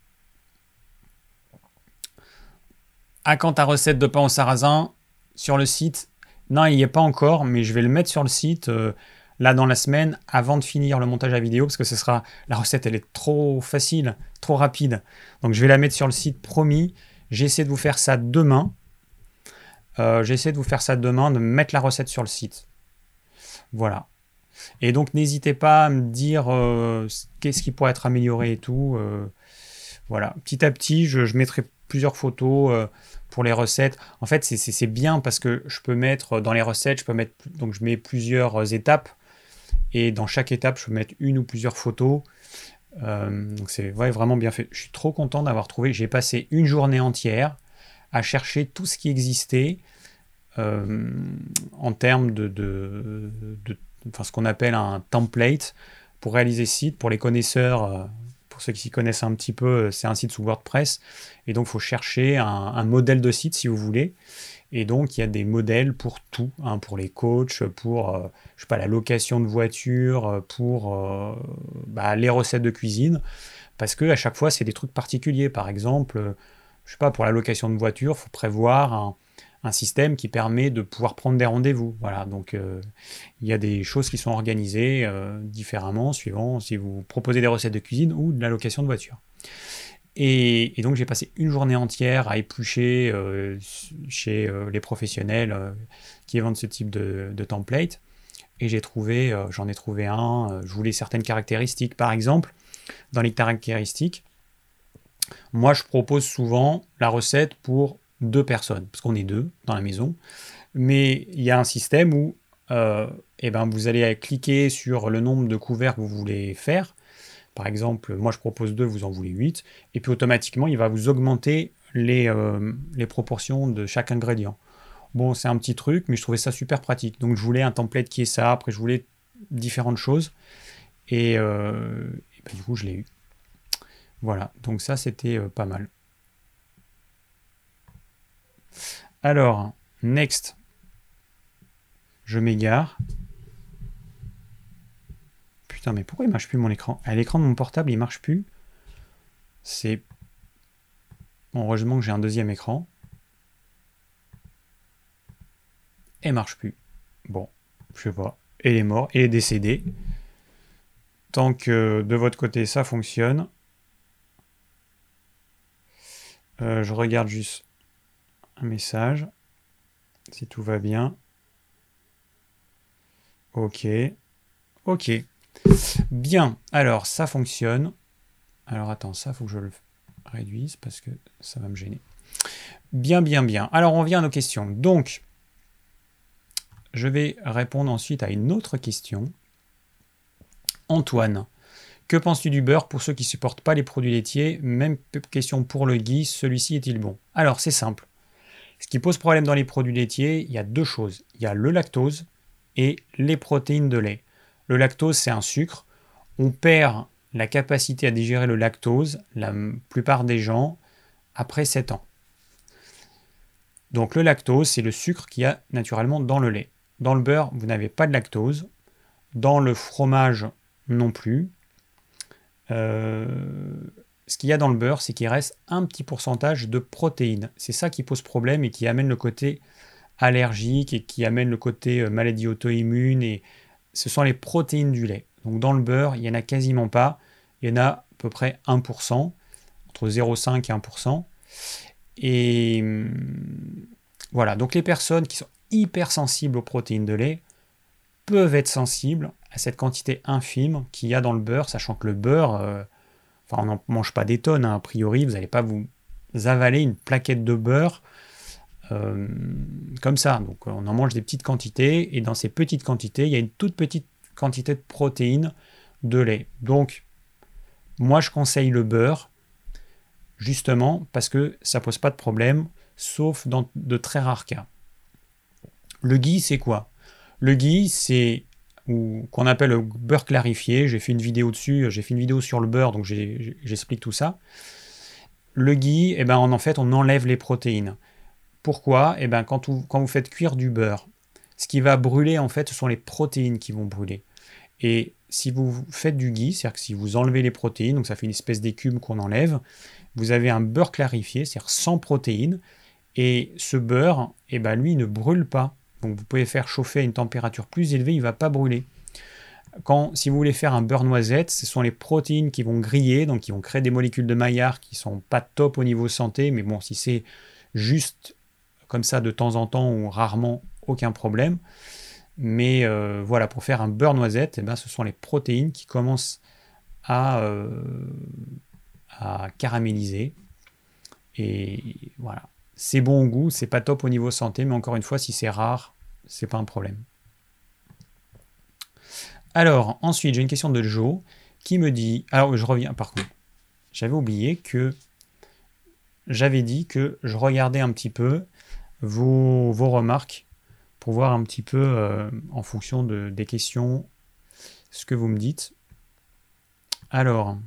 À quand ta recette de pain au sarrasin sur le site? Non, il n'y est pas encore, mais je vais le mettre sur le site. Euh, là dans la semaine, avant de finir le montage à vidéo, parce que ce sera la recette, elle est trop facile, trop rapide. Donc je vais la mettre sur le site, promis. J'essaie de vous faire ça demain. Euh, j'essaie de vous faire ça demain, de mettre la recette sur le site. Voilà. Et donc n'hésitez pas à me dire euh, qu'est-ce qui pourrait être amélioré et tout. Euh, voilà. Petit à petit, je, je mettrai plusieurs photos euh, pour les recettes. En fait, c'est, c'est, c'est bien parce que je peux mettre dans les recettes, je peux mettre, donc je mets plusieurs étapes. Et dans chaque étape, je peux mettre une ou plusieurs photos. Euh, donc c'est ouais, vraiment bien fait. Je suis trop content d'avoir trouvé. J'ai passé une journée entière à chercher tout ce qui existait euh, en termes de, de, de enfin, ce qu'on appelle un template pour réaliser ce site. Pour les connaisseurs, euh, pour ceux qui s'y connaissent un petit peu, c'est un site sous WordPress. Et donc, il faut chercher un, un modèle de site si vous voulez. Et donc, il y a des modèles pour tout, hein, pour les coachs, pour euh, je sais pas, la location de voiture, pour euh, bah, les recettes de cuisine, parce que à chaque fois, c'est des trucs particuliers. Par exemple, je sais pas, pour la location de voiture, il faut prévoir un, un système qui permet de pouvoir prendre des rendez-vous. Voilà, donc euh, il y a des choses qui sont organisées euh, différemment, suivant si vous proposez des recettes de cuisine ou de la location de voiture. Et, et donc j'ai passé une journée entière à éplucher euh, chez euh, les professionnels euh, qui vendent ce type de, de template. Et j'ai trouvé, euh, j'en ai trouvé un, euh, je voulais certaines caractéristiques. Par exemple, dans les caractéristiques, moi je propose souvent la recette pour deux personnes, parce qu'on est deux dans la maison. Mais il y a un système où euh, eh ben, vous allez cliquer sur le nombre de couverts que vous voulez faire. Par exemple, moi je propose deux, vous en voulez huit. Et puis automatiquement, il va vous augmenter les, euh, les proportions de chaque ingrédient. Bon, c'est un petit truc, mais je trouvais ça super pratique. Donc je voulais un template qui est ça. Après, je voulais différentes choses. Et, euh, et ben, du coup, je l'ai eu. Voilà, donc ça, c'était euh, pas mal. Alors, next. Je m'égare. Putain, mais pourquoi il marche plus mon écran? À l'écran de mon portable, il marche plus. C'est... Bon, heureusement que j'ai un deuxième écran. Et marche plus. Bon, je sais pas. Elle est morte, elle est décédée. Tant que de votre côté ça fonctionne. Euh, je regarde juste un message. Si tout va bien. Ok. Ok. Bien. Alors, ça fonctionne. Alors, attends, ça, faut que je le réduise parce que ça va me gêner. Bien, bien, bien. Alors, on vient à nos questions. Donc, je vais répondre ensuite à une autre question. Antoine, que penses-tu du beurre pour ceux qui ne supportent pas les produits laitiers? Même question pour le Guy, celui-ci est-il bon? Alors, c'est simple. Ce qui pose problème dans les produits laitiers, il y a deux choses. Il y a le lactose et les protéines de lait. Le lactose, c'est un sucre. On perd la capacité à digérer le lactose, la plupart des gens, après sept ans. Donc le lactose, c'est le sucre qu'il y a naturellement dans le lait. Dans le beurre, vous n'avez pas de lactose. Dans le fromage, non plus. Euh, ce qu'il y a dans le beurre, c'est qu'il reste un petit pourcentage de protéines. C'est ça qui pose problème et qui amène le côté allergique et qui amène le côté euh, maladie auto-immune. Et ce sont les protéines du lait. Donc dans le beurre, il n'y en a quasiment pas. Il y en a à peu près un pour cent, entre zéro virgule cinq et un pour cent. Et voilà, donc les personnes qui sont hypersensibles aux protéines de lait peuvent être sensibles à cette quantité infime qu'il y a dans le beurre, sachant que le beurre, euh, enfin on n'en mange pas des tonnes, hein, a priori, vous n'allez pas vous avaler une plaquette de beurre euh, comme ça. Donc on en mange des petites quantités, et dans ces petites quantités, il y a une toute petite quantité de protéines de lait. Donc moi je conseille le beurre, justement parce que ça pose pas de problème, sauf dans de très rares cas. Le ghee, c'est quoi? Le ghee, c'est ou qu'on appelle le beurre clarifié. J'ai fait une vidéo dessus, j'ai fait une vidéo sur le beurre, donc j'ai, j'explique tout ça. Le ghee, eh ben, en fait, on enlève les protéines. Pourquoi? Eh ben, quand, vous, quand vous faites cuire du beurre, ce qui va brûler, en fait, ce sont les protéines qui vont brûler. Et si vous faites du ghee, c'est-à-dire que si vous enlevez les protéines, donc ça fait une espèce d'écume qu'on enlève, vous avez un beurre clarifié, c'est-à-dire sans protéines, et ce beurre, eh ben, lui, ne brûle pas. Donc vous pouvez faire chauffer à une température plus élevée, il ne va pas brûler. Quand, si vous voulez faire un beurre noisette, ce sont les protéines qui vont griller, donc qui vont créer des molécules de Maillard qui ne sont pas top au niveau santé, mais bon, si c'est juste comme ça de temps en temps ou rarement, aucun problème. Mais euh, voilà, pour faire un beurre noisette, eh ben, ce sont les protéines qui commencent à, euh, à caraméliser. Et voilà. C'est bon au goût, c'est pas top au niveau santé, mais encore une fois, si c'est rare, c'est pas un problème. Alors, ensuite, j'ai une question de Joe qui me dit... Alors, je reviens, par contre, j'avais oublié que j'avais dit que je regardais un petit peu vos, vos remarques pour voir un petit peu, euh, en fonction de, des questions, ce que vous me dites. Alors...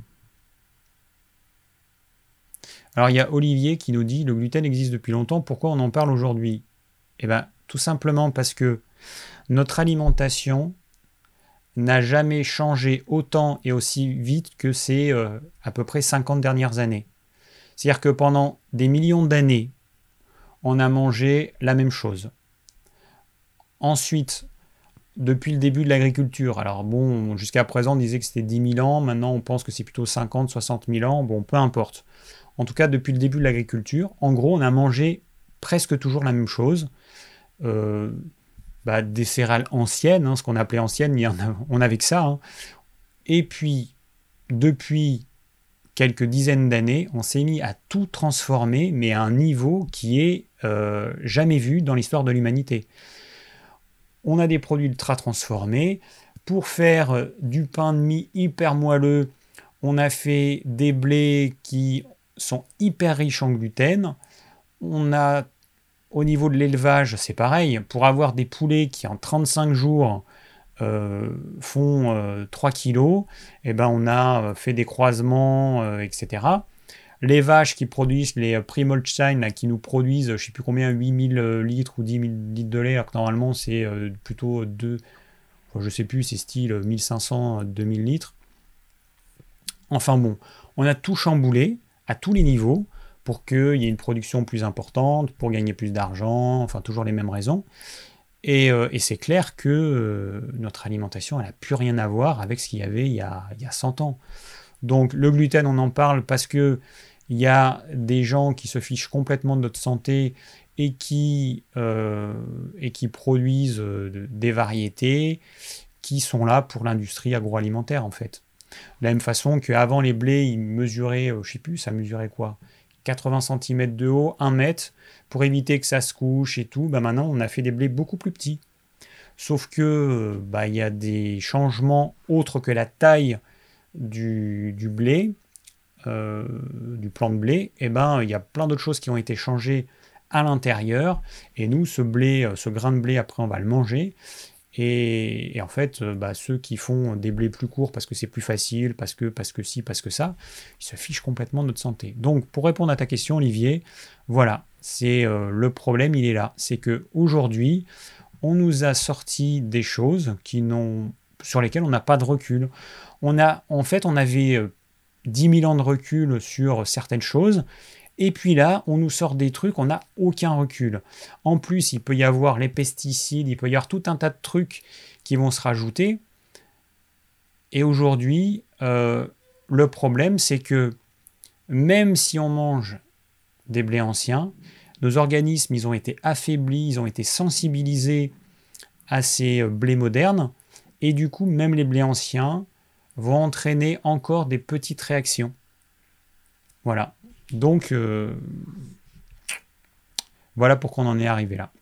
Alors, il y a Olivier qui nous dit « Le gluten existe depuis longtemps, pourquoi on en parle aujourd'hui ?» Eh bien, tout simplement parce que notre alimentation n'a jamais changé autant et aussi vite que ces euh, à peu près cinquante dernières années. C'est-à-dire que pendant des millions d'années, on a mangé la même chose. Ensuite, depuis le début de l'agriculture, alors bon, jusqu'à présent, on disait que c'était dix mille ans, maintenant on pense que c'est plutôt cinquante, soixante mille ans, bon, peu importe. en tout cas depuis le début de l'agriculture. En gros, on a mangé presque toujours la même chose. Euh, bah, des céréales anciennes, hein, ce qu'on appelait anciennes, il y en a, on avait que ça. Hein. Et puis, depuis quelques dizaines d'années, on s'est mis à tout transformer, mais à un niveau qui est euh, jamais vu dans l'histoire de l'humanité. On a des produits ultra transformés. Pour faire du pain de mie hyper moelleux, on a fait des blés qui sont hyper riches en gluten. On a, au niveau de l'élevage, c'est pareil. Pour avoir des poulets qui, en trente-cinq jours, euh, font euh, trois kilos, eh ben, on a fait des croisements, euh, et cetera. Les vaches qui produisent, les Primolstein, là, qui nous produisent, je ne sais plus combien, huit mille litres ou dix mille litres de lait, alors que normalement, c'est euh, plutôt deux, enfin, je ne sais plus, c'est style mille cinq cents, deux mille litres. Enfin bon, on a tout chamboulé à tous les niveaux pour qu'il y ait une production plus importante, pour gagner plus d'argent, enfin toujours les mêmes raisons. Et, euh, et c'est clair que euh, notre alimentation, elle n'a plus rien à voir avec ce qu'il y avait il y a, il y a cent ans. Donc le gluten, on en parle parce que il y a des gens qui se fichent complètement de notre santé et qui, euh, et qui produisent euh, des variétés qui sont là pour l'industrie agroalimentaire en fait. De la même façon qu'avant les blés, ils mesuraient, euh, je ne sais plus, ça mesurait quoi, quatre-vingts centimètres de haut, un mètre, pour éviter que ça se couche et tout. Bah maintenant, on a fait des blés beaucoup plus petits. Sauf que bah, y a des changements autres que la taille du, du blé, euh, du plant de blé. Et ben, il y a plein d'autres choses qui ont été changées à l'intérieur. Et nous, ce blé, ce grain de blé, après, on va le manger. Et, et en fait, bah, ceux qui font des blés plus courts parce que c'est plus facile, parce que, parce que ci, parce que ça, ils se fichent complètement de notre santé. Donc, pour répondre à ta question, Olivier, voilà, c'est euh, le problème, il est là. C'est qu'aujourd'hui, on nous a sorti des choses qui n'ont, sur lesquelles on n'a pas de recul. On a, en fait, on avait euh, dix mille ans de recul sur certaines choses. Et puis là, on nous sort des trucs, on n'a aucun recul. En plus, il peut y avoir les pesticides, il peut y avoir tout un tas de trucs qui vont se rajouter. Et aujourd'hui, euh, le problème, c'est que même si on mange des blés anciens, nos organismes, ils ont été affaiblis, ils ont été sensibilisés à ces blés modernes. Et du coup, même les blés anciens vont entraîner encore des petites réactions. Voilà. Donc, euh, voilà pourquoi on en est arrivé là.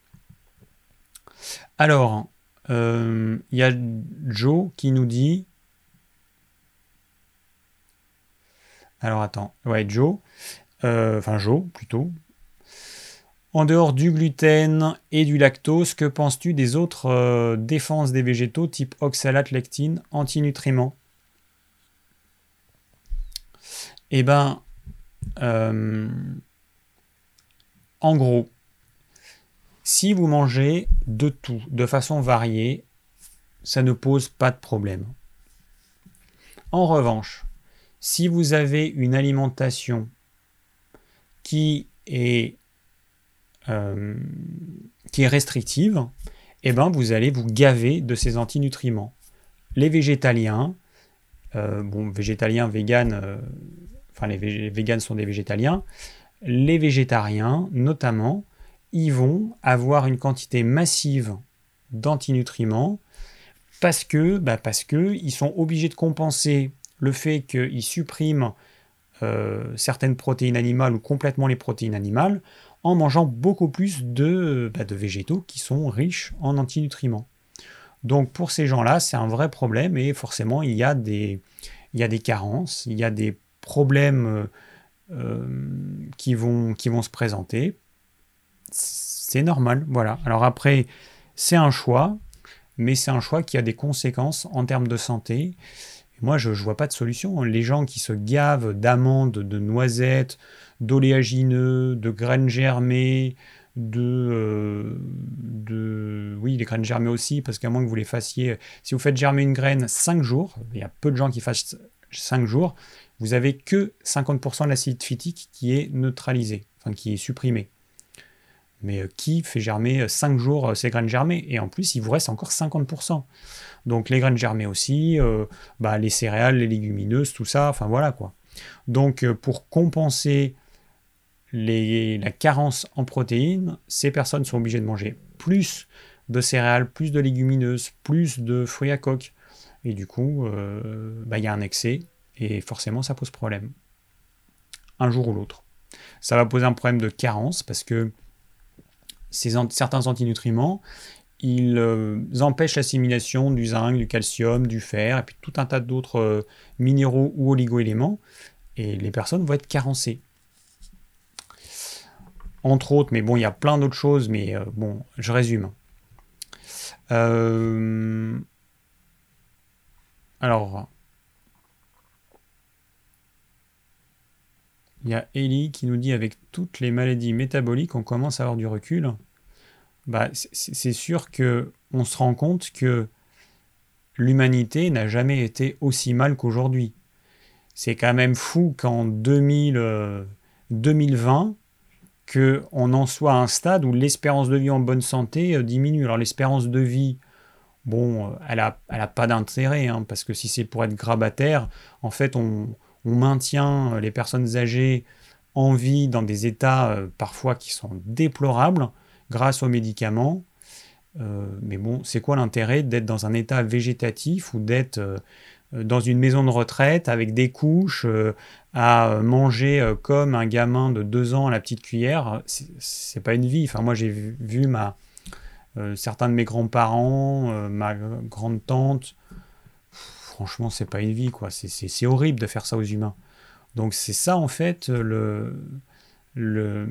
Alors, il euh, y a Joe qui nous dit... Alors, attends. Ouais, Joe. Euh, enfin, Joe, plutôt. En dehors du gluten et du lactose, que penses-tu des autres euh, défenses des végétaux type oxalate, lectine, antinutriments ? Eh ben... Euh, en gros, si vous mangez de tout, de façon variée, ça ne pose pas de problème. En revanche, si vous avez une alimentation qui est, euh, qui est restrictive, eh ben vous allez vous gaver de ces antinutriments. Les végétaliens, euh, bon, végétaliens, véganes, euh, enfin les vé- véganes sont des végétaliens, les végétariens notamment, ils vont avoir une quantité massive d'antinutriments parce que, bah parce que ils sont obligés de compenser le fait qu'ils suppriment euh, certaines protéines animales ou complètement les protéines animales en mangeant beaucoup plus de, bah, de végétaux qui sont riches en antinutriments. Donc pour ces gens-là, c'est un vrai problème et forcément il y a des, il y a des carences, il y a des problèmes euh, qui vont, qui vont se présenter. C'est normal, voilà. Alors après, c'est un choix, mais c'est un choix qui a des conséquences en termes de santé. Moi, je ne vois pas de solution. Les gens qui se gavent d'amandes, de noisettes, d'oléagineux, de graines germées, de, euh, de... Oui, les graines germées aussi, parce qu'à moins que vous les fassiez... Si vous faites germer une graine cinq jours, il y a peu de gens qui fassent cinq jours, vous n'avez que cinquante pour cent de l'acide phytique qui est neutralisé, enfin qui est supprimé. Mais qui fait germer cinq jours ces graines germées ? Et en plus, il vous reste encore cinquante pour cent. Donc les graines germées aussi, euh, bah, les céréales, les légumineuses, tout ça, enfin voilà quoi. Donc pour compenser les, la carence en protéines, ces personnes sont obligées de manger plus de céréales, plus de légumineuses, plus de fruits à coque. Et du coup, euh, bah, y a un excès, et forcément, ça pose problème. Un jour ou l'autre. Ça va poser un problème de carence, parce que ces an- certains antinutriments, ils euh, empêchent l'assimilation du zinc, du calcium, du fer, et puis tout un tas d'autres euh, minéraux ou oligo-éléments, et les personnes vont être carencées. Entre autres, mais bon, il y a plein d'autres choses, mais euh, bon, je résume. Euh, alors, il y a Ellie qui nous dit avec toutes les maladies métaboliques, on commence à avoir du recul. Bah, c'est sûr que on se rend compte que l'humanité n'a jamais été aussi mal qu'aujourd'hui. C'est quand même fou qu'en deux mille, euh, deux mille vingt, qu'on en soit à un stade où l'espérance de vie en bonne santé euh, diminue. Alors l'espérance de vie, bon, euh, elle n'a elle a pas d'intérêt, hein, parce que si c'est pour être grabataire, en fait, on, on maintient les personnes âgées en vie dans des états euh, parfois qui sont déplorables grâce aux médicaments. Euh, mais bon, c'est quoi l'intérêt d'être dans un état végétatif ou d'être euh, dans une maison de retraite avec des couches euh, à manger euh, comme un gamin de deux ans à la petite cuillère? C'est pas une vie. Enfin, moi, j'ai vu, vu ma, euh, certains de mes grands-parents, euh, ma grande tante. Franchement, c'est pas une vie, quoi. C'est horrible de faire ça aux humains. Donc, c'est ça, en fait, le, le,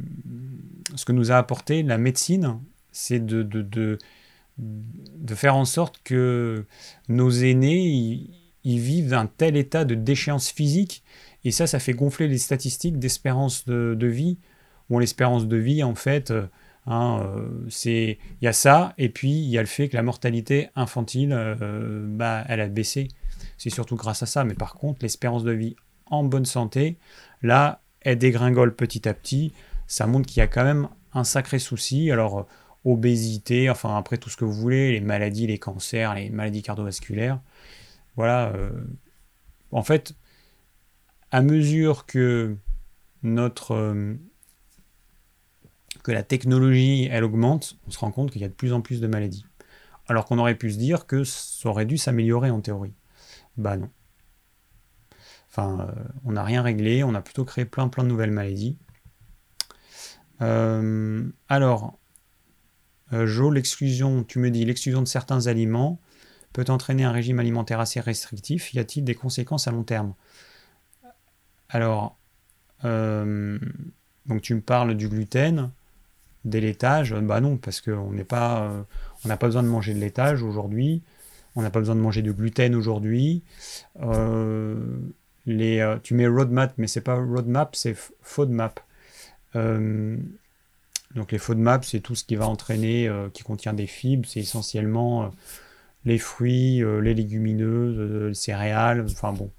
ce que nous a apporté la médecine, c'est de, de, de, de faire en sorte que nos aînés ils, ils vivent d'un tel état de déchéance physique, et ça, ça fait gonfler les statistiques d'espérance de, de vie. Bon, l'espérance de vie, en fait, hein, euh, c'est, il y a ça, et puis il y a le fait que la mortalité infantile, euh, bah, elle a baissé. C'est surtout grâce à ça, mais par contre, l'espérance de vie en bonne santé, là, elle dégringole petit à petit. Ça montre qu'il y a quand même un sacré souci. Alors, obésité, enfin après tout ce que vous voulez, les maladies, les cancers, les maladies cardiovasculaires. Voilà. Euh, en fait, à mesure que notre euh, que la technologie elle augmente, on se rend compte qu'il y a de plus en plus de maladies. Alors qu'on aurait pu se dire que ça aurait dû s'améliorer en théorie. Bah non. Enfin, euh, on n'a rien réglé, on a plutôt créé plein plein de nouvelles maladies. Euh, alors, Euh, Jo, l'exclusion, tu me dis, l'exclusion de certains aliments peut entraîner un régime alimentaire assez restrictif. Y a-t-il des conséquences à long terme? Alors, euh, donc tu me parles du gluten, des laitages. Bah non, parce qu'on n'est pas, euh, on n'a pas besoin de manger de laitage aujourd'hui. On n'a pas besoin de manger de gluten aujourd'hui. Euh, les, euh, tu mets roadmap, mais c'est pas roadmap, c'est FODMAP. Euh, Donc les FODMAP, c'est tout ce qui va entraîner, euh, qui contient des fibres, c'est essentiellement euh, les fruits, euh, les légumineuses, euh, les céréales, enfin bon.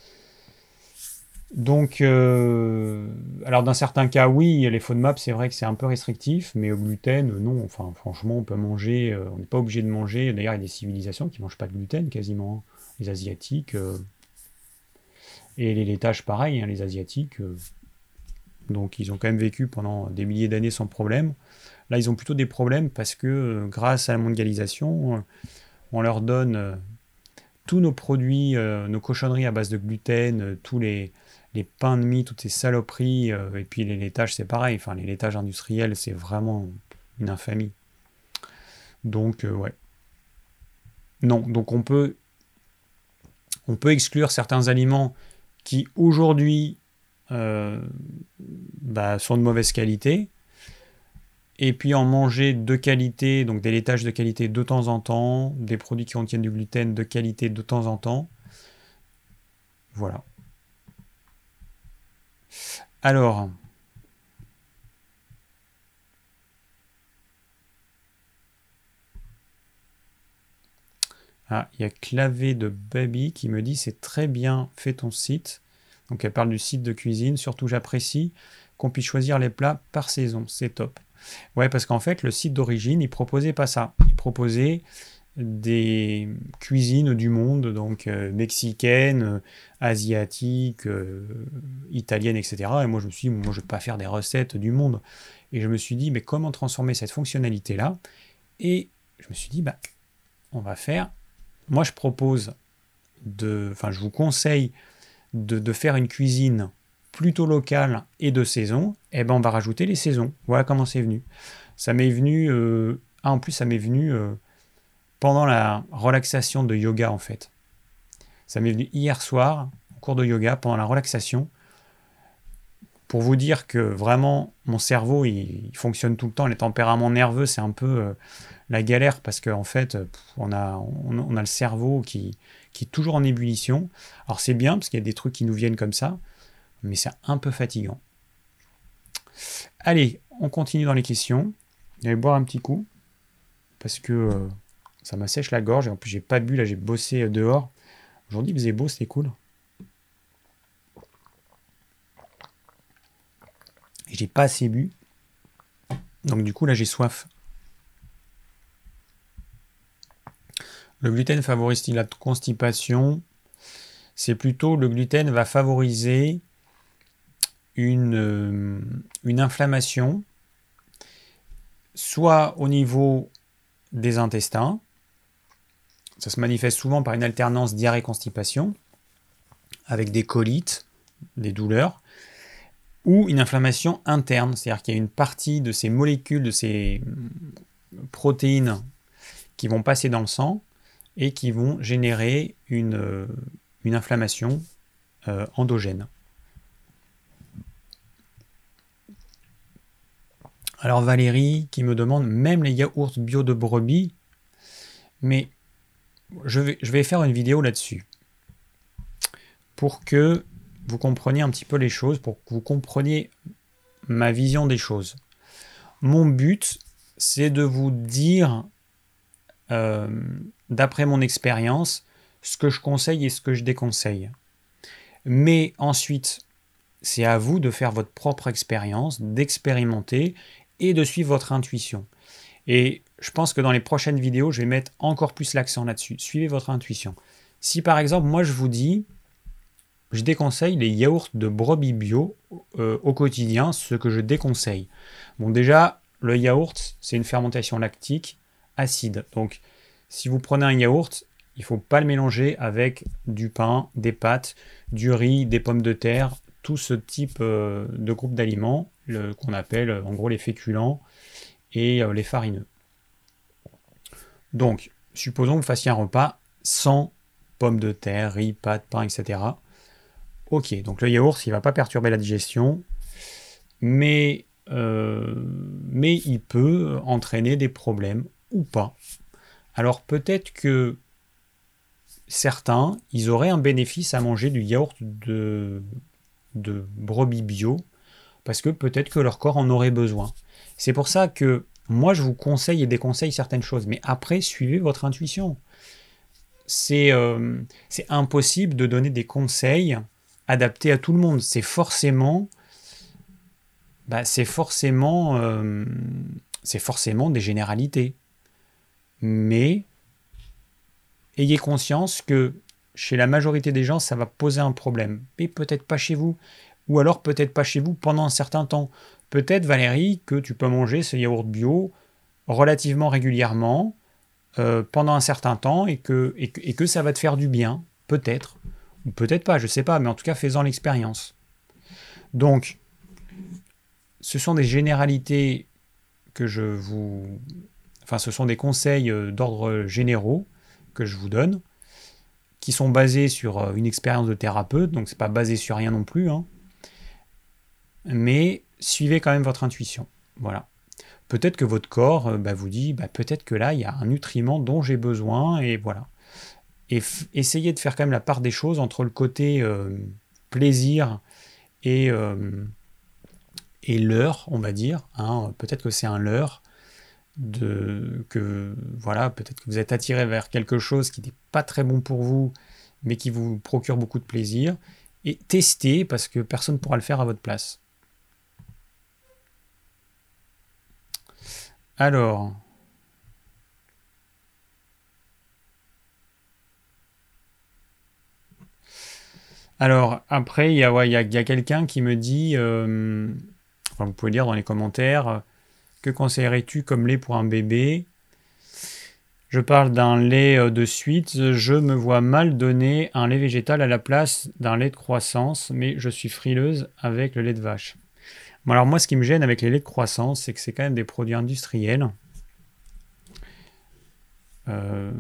Donc, euh, alors dans certains cas, oui, les FODMAP, c'est vrai que c'est un peu restrictif, mais au gluten, euh, non. Enfin, franchement, on peut manger, euh, on n'est pas obligé de manger. D'ailleurs, il y a des civilisations qui ne mangent pas de gluten quasiment, hein. Les Asiatiques, euh, et les laitages, pareil, hein, les Asiatiques. Euh, donc ils ont quand même vécu pendant des milliers d'années sans problème. Là, ils ont plutôt des problèmes parce que euh, grâce à la mondialisation, euh, on leur donne euh, tous nos produits, euh, nos cochonneries à base de gluten, euh, tous les, les pains de mie, toutes ces saloperies, euh, et puis les laitages, c'est pareil. Enfin, les laitages industriels, c'est vraiment une infamie. Donc, euh, ouais. Non, donc on peut, on peut exclure certains aliments qui, aujourd'hui, euh, bah, sont de mauvaise qualité, et puis en manger de qualité, donc des laitages de qualité de temps en temps, des produits qui contiennent du gluten de qualité de temps en temps. Voilà. Alors, ah, il y a Clavé de Baby qui me dit c'est très bien fait ton site. Donc elle parle du site de cuisine, surtout j'apprécie qu'on puisse choisir les plats par saison, c'est top. Ouais, parce qu'en fait, le site d'origine, il proposait pas ça. Il proposait des cuisines du monde, donc euh, mexicaine, euh, asiatique, euh, italienne, et cetera. Et moi, je me suis dit, moi, je ne vais pas faire des recettes du monde. Et je me suis dit, mais comment transformer cette fonctionnalité-là? Et je me suis dit, bah, on va faire... Moi, je propose de... Enfin, je vous conseille de, de faire une cuisine plutôt locale et de saison. Et ben, on va rajouter les saisons. Voilà comment c'est venu. Ça m'est venu... Euh... Ah, en plus, ça m'est venu... Euh... pendant la relaxation de yoga, en fait. Ça m'est venu hier soir, en cours de yoga, pendant la relaxation, pour vous dire que vraiment, mon cerveau, il, il fonctionne tout le temps. Les tempéraments nerveux, c'est un peu euh, la galère, parce qu'en fait, pff, on, a, on, on a le cerveau qui, qui est toujours en ébullition. Alors c'est bien, parce qu'il y a des trucs qui nous viennent comme ça, mais c'est un peu fatigant. Allez, on continue dans les questions. Je vais boire un petit coup, parce que... Euh, ça m'assèche la gorge, et en plus j'ai pas bu, là j'ai bossé dehors. Aujourd'hui il faisait beau, c'était cool. Et j'ai pas assez bu. Donc du coup là j'ai soif. Le gluten favorise-t-il la constipation? C'est plutôt le gluten va favoriser une, euh, une inflammation, soit au niveau des intestins. Ça se manifeste souvent par une alternance diarrhée-constipation, avec des colites, des douleurs, ou une inflammation interne, c'est-à-dire qu'il y a une partie de ces molécules, de ces protéines qui vont passer dans le sang et qui vont générer une, une inflammation euh, endogène. Alors Valérie qui me demande, même les yaourts bio de brebis, mais je vais, je vais faire une vidéo là-dessus pour que vous compreniez un petit peu les choses, pour que vous compreniez ma vision des choses. Mon but, c'est de vous dire, euh, d'après mon expérience, ce que je conseille et ce que je déconseille. Mais ensuite, c'est à vous de faire votre propre expérience, d'expérimenter et de suivre votre intuition. Et je pense que dans les prochaines vidéos, je vais mettre encore plus l'accent là-dessus. Suivez votre intuition. Si par exemple, moi je vous dis, je déconseille les yaourts de brebis bio euh, au quotidien, ce que je déconseille. Bon, déjà, le yaourt, c'est une fermentation lactique acide. Donc, si vous prenez un yaourt, il ne faut pas le mélanger avec du pain, des pâtes, du riz, des pommes de terre, tout ce type euh, de groupe d'aliments le, qu'on appelle en gros les féculents et euh, les farineux. Donc, supposons que vous fassiez un repas sans pommes de terre, riz, pâtes, pain, et cetera. Ok, donc le yaourt, il ne va pas perturber la digestion, mais, euh, mais il peut entraîner des problèmes ou pas. Alors peut-être que certains, ils auraient un bénéfice à manger du yaourt de, de brebis bio, parce que peut-être que leur corps en aurait besoin. C'est pour ça que moi, je vous conseille et déconseille certaines choses, mais après, suivez votre intuition. C'est, euh, c'est impossible de donner des conseils adaptés à tout le monde. C'est forcément, bah, c'est forcément, euh, c'est forcément des généralités. Mais ayez conscience que chez la majorité des gens, ça va poser un problème. Mais peut-être pas chez vous. Ou alors peut-être pas chez vous pendant un certain temps. Peut-être, Valérie, que tu peux manger ce yaourt bio relativement régulièrement, euh, pendant un certain temps, et que, et, que, et que ça va te faire du bien. Peut-être. Ou peut-être pas, je sais pas. Mais en tout cas, fais-en l'expérience. Donc, ce sont des généralités que je vous... Enfin, ce sont des conseils d'ordre généraux que je vous donne, qui sont basés sur une expérience de thérapeute, donc c'est pas basé sur rien non plus, hein. Mais suivez quand même votre intuition. Voilà. Peut-être que votre corps bah, vous dit, bah, peut-être que là, il y a un nutriment dont j'ai besoin, et voilà. Et f- essayez de faire quand même la part des choses entre le côté euh, plaisir et, euh, et leurre, on va dire. Hein. Peut-être que c'est un leurre, de, que voilà, peut-être que vous êtes attiré vers quelque chose qui n'est pas très bon pour vous, mais qui vous procure beaucoup de plaisir. Et testez, parce que personne ne pourra le faire à votre place. Alors, Alors, après, il y a, ouais, il y a, il y a quelqu'un qui me dit, euh, enfin, vous pouvez dire dans les commentaires, euh, que conseillerais-tu comme lait pour un bébé? Je parle d'un lait euh, de suite. Je me vois mal donner un lait végétal à la place d'un lait de croissance, mais je suis frileuse avec le lait de vache. Bon, alors moi, ce qui me gêne avec les laits de croissance, c'est que c'est quand même des produits industriels. Euh,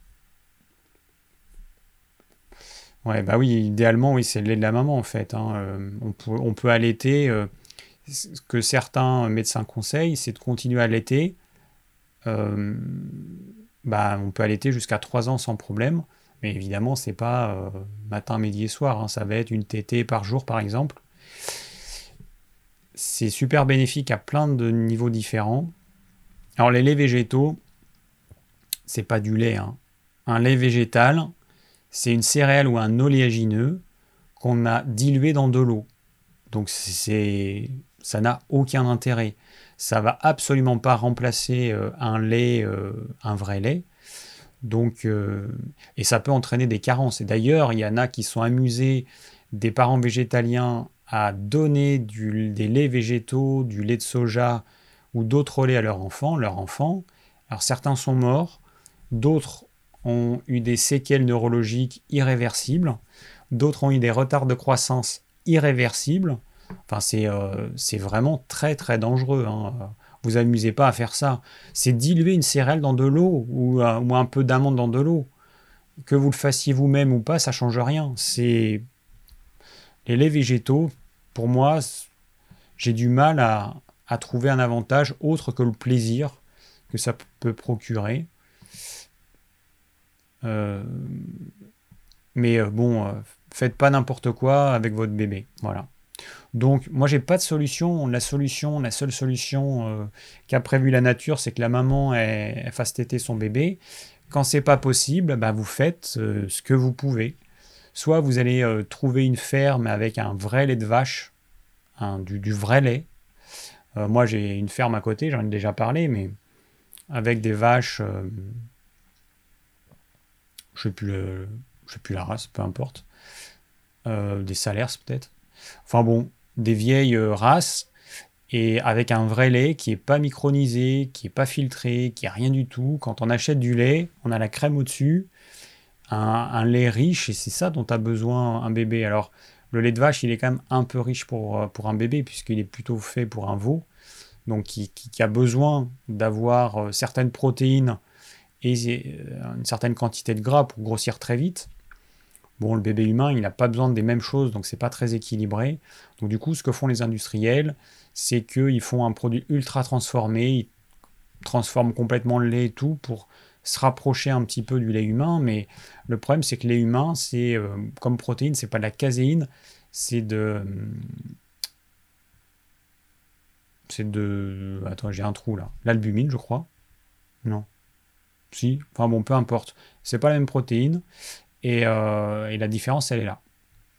Ouais, bah oui, idéalement, oui, c'est le lait de la maman, en fait, hein. Euh, on peut, on peut allaiter. Euh, ce que certains médecins conseillent, c'est de continuer à allaiter. Euh, Bah, on peut allaiter jusqu'à trois ans sans problème. Mais évidemment, c'est pas euh, matin, midi et soir, hein. Ça va être une tétée par jour, par exemple. C'est super bénéfique à plein de niveaux différents. Alors, les laits végétaux, c'est pas du lait, hein. Un lait végétal, c'est une céréale ou un oléagineux qu'on a dilué dans de l'eau. Donc c'est, ça n'a aucun intérêt. Ça va absolument pas remplacer euh, un lait, euh, un vrai lait. Donc, euh, et ça peut entraîner des carences. Et d'ailleurs, il y en a qui sont amusés, des parents végétaliens, à donner du- des laits végétaux, du lait de soja ou d'autres laits à leurs enfants. Leurs enfants. Alors certains sont morts, d'autres ont eu des séquelles neurologiques irréversibles, d'autres ont eu des retards de croissance irréversibles. Enfin, c'est euh, c'est vraiment très très dangereux, hein. Vous amusez pas à faire ça. C'est diluer une céréale dans de l'eau ou, euh, ou un peu d'amande dans de l'eau. Que vous le fassiez vous-même ou pas, ça change rien. C'est les laits végétaux. Pour moi, j'ai du mal à, à trouver un avantage autre que le plaisir que ça peut procurer. Euh, mais euh, bon, euh, faites pas n'importe quoi avec votre bébé. Voilà. Donc, moi, j'ai pas de solution. La solution, la seule solution euh, qu'a prévu la nature, c'est que la maman elle, elle fasse téter son bébé. Quand c'est pas possible, bah, vous faites euh, ce que vous pouvez. Soit vous allez euh, trouver une ferme avec un vrai lait de vache, un- du, du vrai lait. Euh, moi, j'ai une ferme à côté, j'en ai déjà parlé, mais avec des vaches, euh, je sais plus le- je sais plus la race, peu importe. Euh, des salers peut-être. Enfin bon, des vieilles euh, races et avec un vrai lait qui est pas micronisé, qui est pas filtré, qui est rien du tout. Quand on achète du lait, on a la crème au-dessus, un, un lait riche et c'est ça dont a besoin un bébé. Alors le lait de vache, il est quand même un peu riche pour, euh, pour un bébé puisqu'il est plutôt fait pour un veau, donc qui, qui- qui a besoin d'avoir euh, certaines protéines et euh, une certaine quantité de gras pour grossir très vite. Bon, le bébé humain, il n'a pas besoin des mêmes choses, donc c'est pas très équilibré. Donc du coup, ce que font les industriels, c'est qu'ils font un produit ultra transformé, ils transforment complètement le lait et tout pour se rapprocher un petit peu du lait humain, mais le problème c'est que le lait humain, c'est euh, comme protéine, c'est pas de la caséine, c'est de... C'est de... Attends, j'ai un trou là. L'albumine, je crois. Non. Si. Enfin bon, peu importe. C'est pas la même protéine, et, euh, et la différence, elle est là.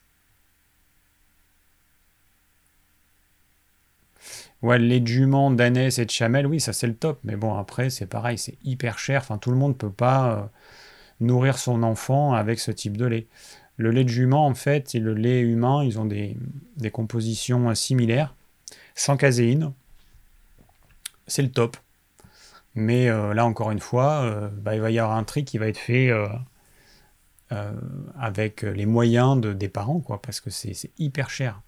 Ouais, le lait de jument, d'ânesse et de chamelle, oui, ça c'est le top. Mais bon, après, c'est pareil, c'est hyper cher. Enfin, tout le monde ne peut pas euh, nourrir son enfant avec ce type de lait. Le lait de jument, en fait, et le lait humain, ils ont des, des compositions euh, similaires, sans caséine. C'est le top. Mais euh, là, encore une fois, euh, bah, il va y avoir un tri qui va être fait euh, euh, avec les moyens de, des parents, quoi, parce que c'est c'est hyper cher.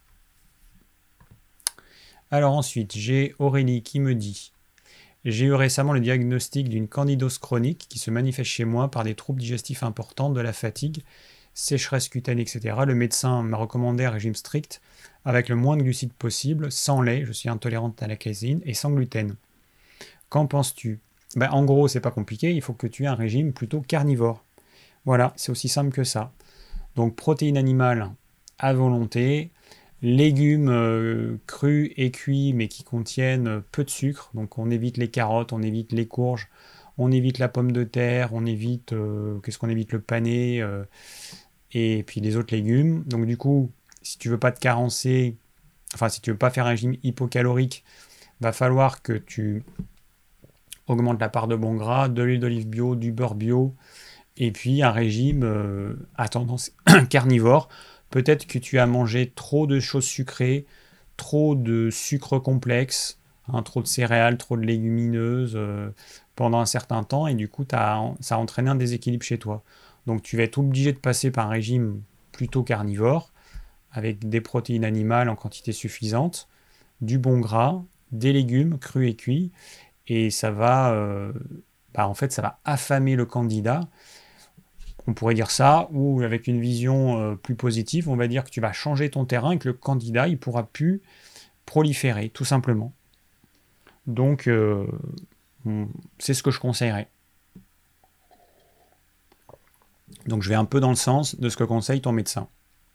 Alors ensuite, j'ai Aurélie qui me dit: j'ai eu récemment le diagnostic d'une candidose chronique qui se manifeste chez moi par des troubles digestifs importants, de la fatigue, sécheresse cutanée, et cetera. Le médecin m'a recommandé un régime strict avec le moins de glucides possible, sans lait, je suis intolérante à la caséine, et sans gluten. Qu'en penses-tu? Ben, en gros, c'est pas compliqué, il faut que tu aies un régime plutôt carnivore. Voilà, c'est aussi simple que ça. Donc protéines animales à volonté, légumes euh, crus et cuits mais qui contiennent peu de sucre. Donc on évite les carottes, on évite les courges, on évite la pomme de terre, on évite euh, qu'est-ce qu'on évite, le pané euh, et puis les autres légumes. Donc du coup, si tu veux pas te carencer, enfin si tu veux pas faire un régime hypocalorique, va falloir que tu augmentes la part de bon gras, de l'huile d'olive bio, du beurre bio, et puis un régime euh, à tendance carnivore, peut-être que tu as mangé trop de choses sucrées, trop de sucre complexe, hein, trop de céréales, trop de légumineuses euh, pendant un certain temps, et du coup, t'as, ça a entraîné un déséquilibre chez toi. Donc tu vas être obligé de passer par un régime plutôt carnivore, avec des protéines animales en quantité suffisante, du bon gras, des légumes crus et cuits, et ça va, euh, bah, en fait, ça va affamer le candidat. On pourrait dire ça, ou avec une vision euh, plus positive, on va dire que tu vas changer ton terrain et que le candidat, il pourra plus proliférer, tout simplement. Donc, euh, c'est ce que je conseillerais. Donc, je vais un peu dans le sens de ce que conseille ton médecin.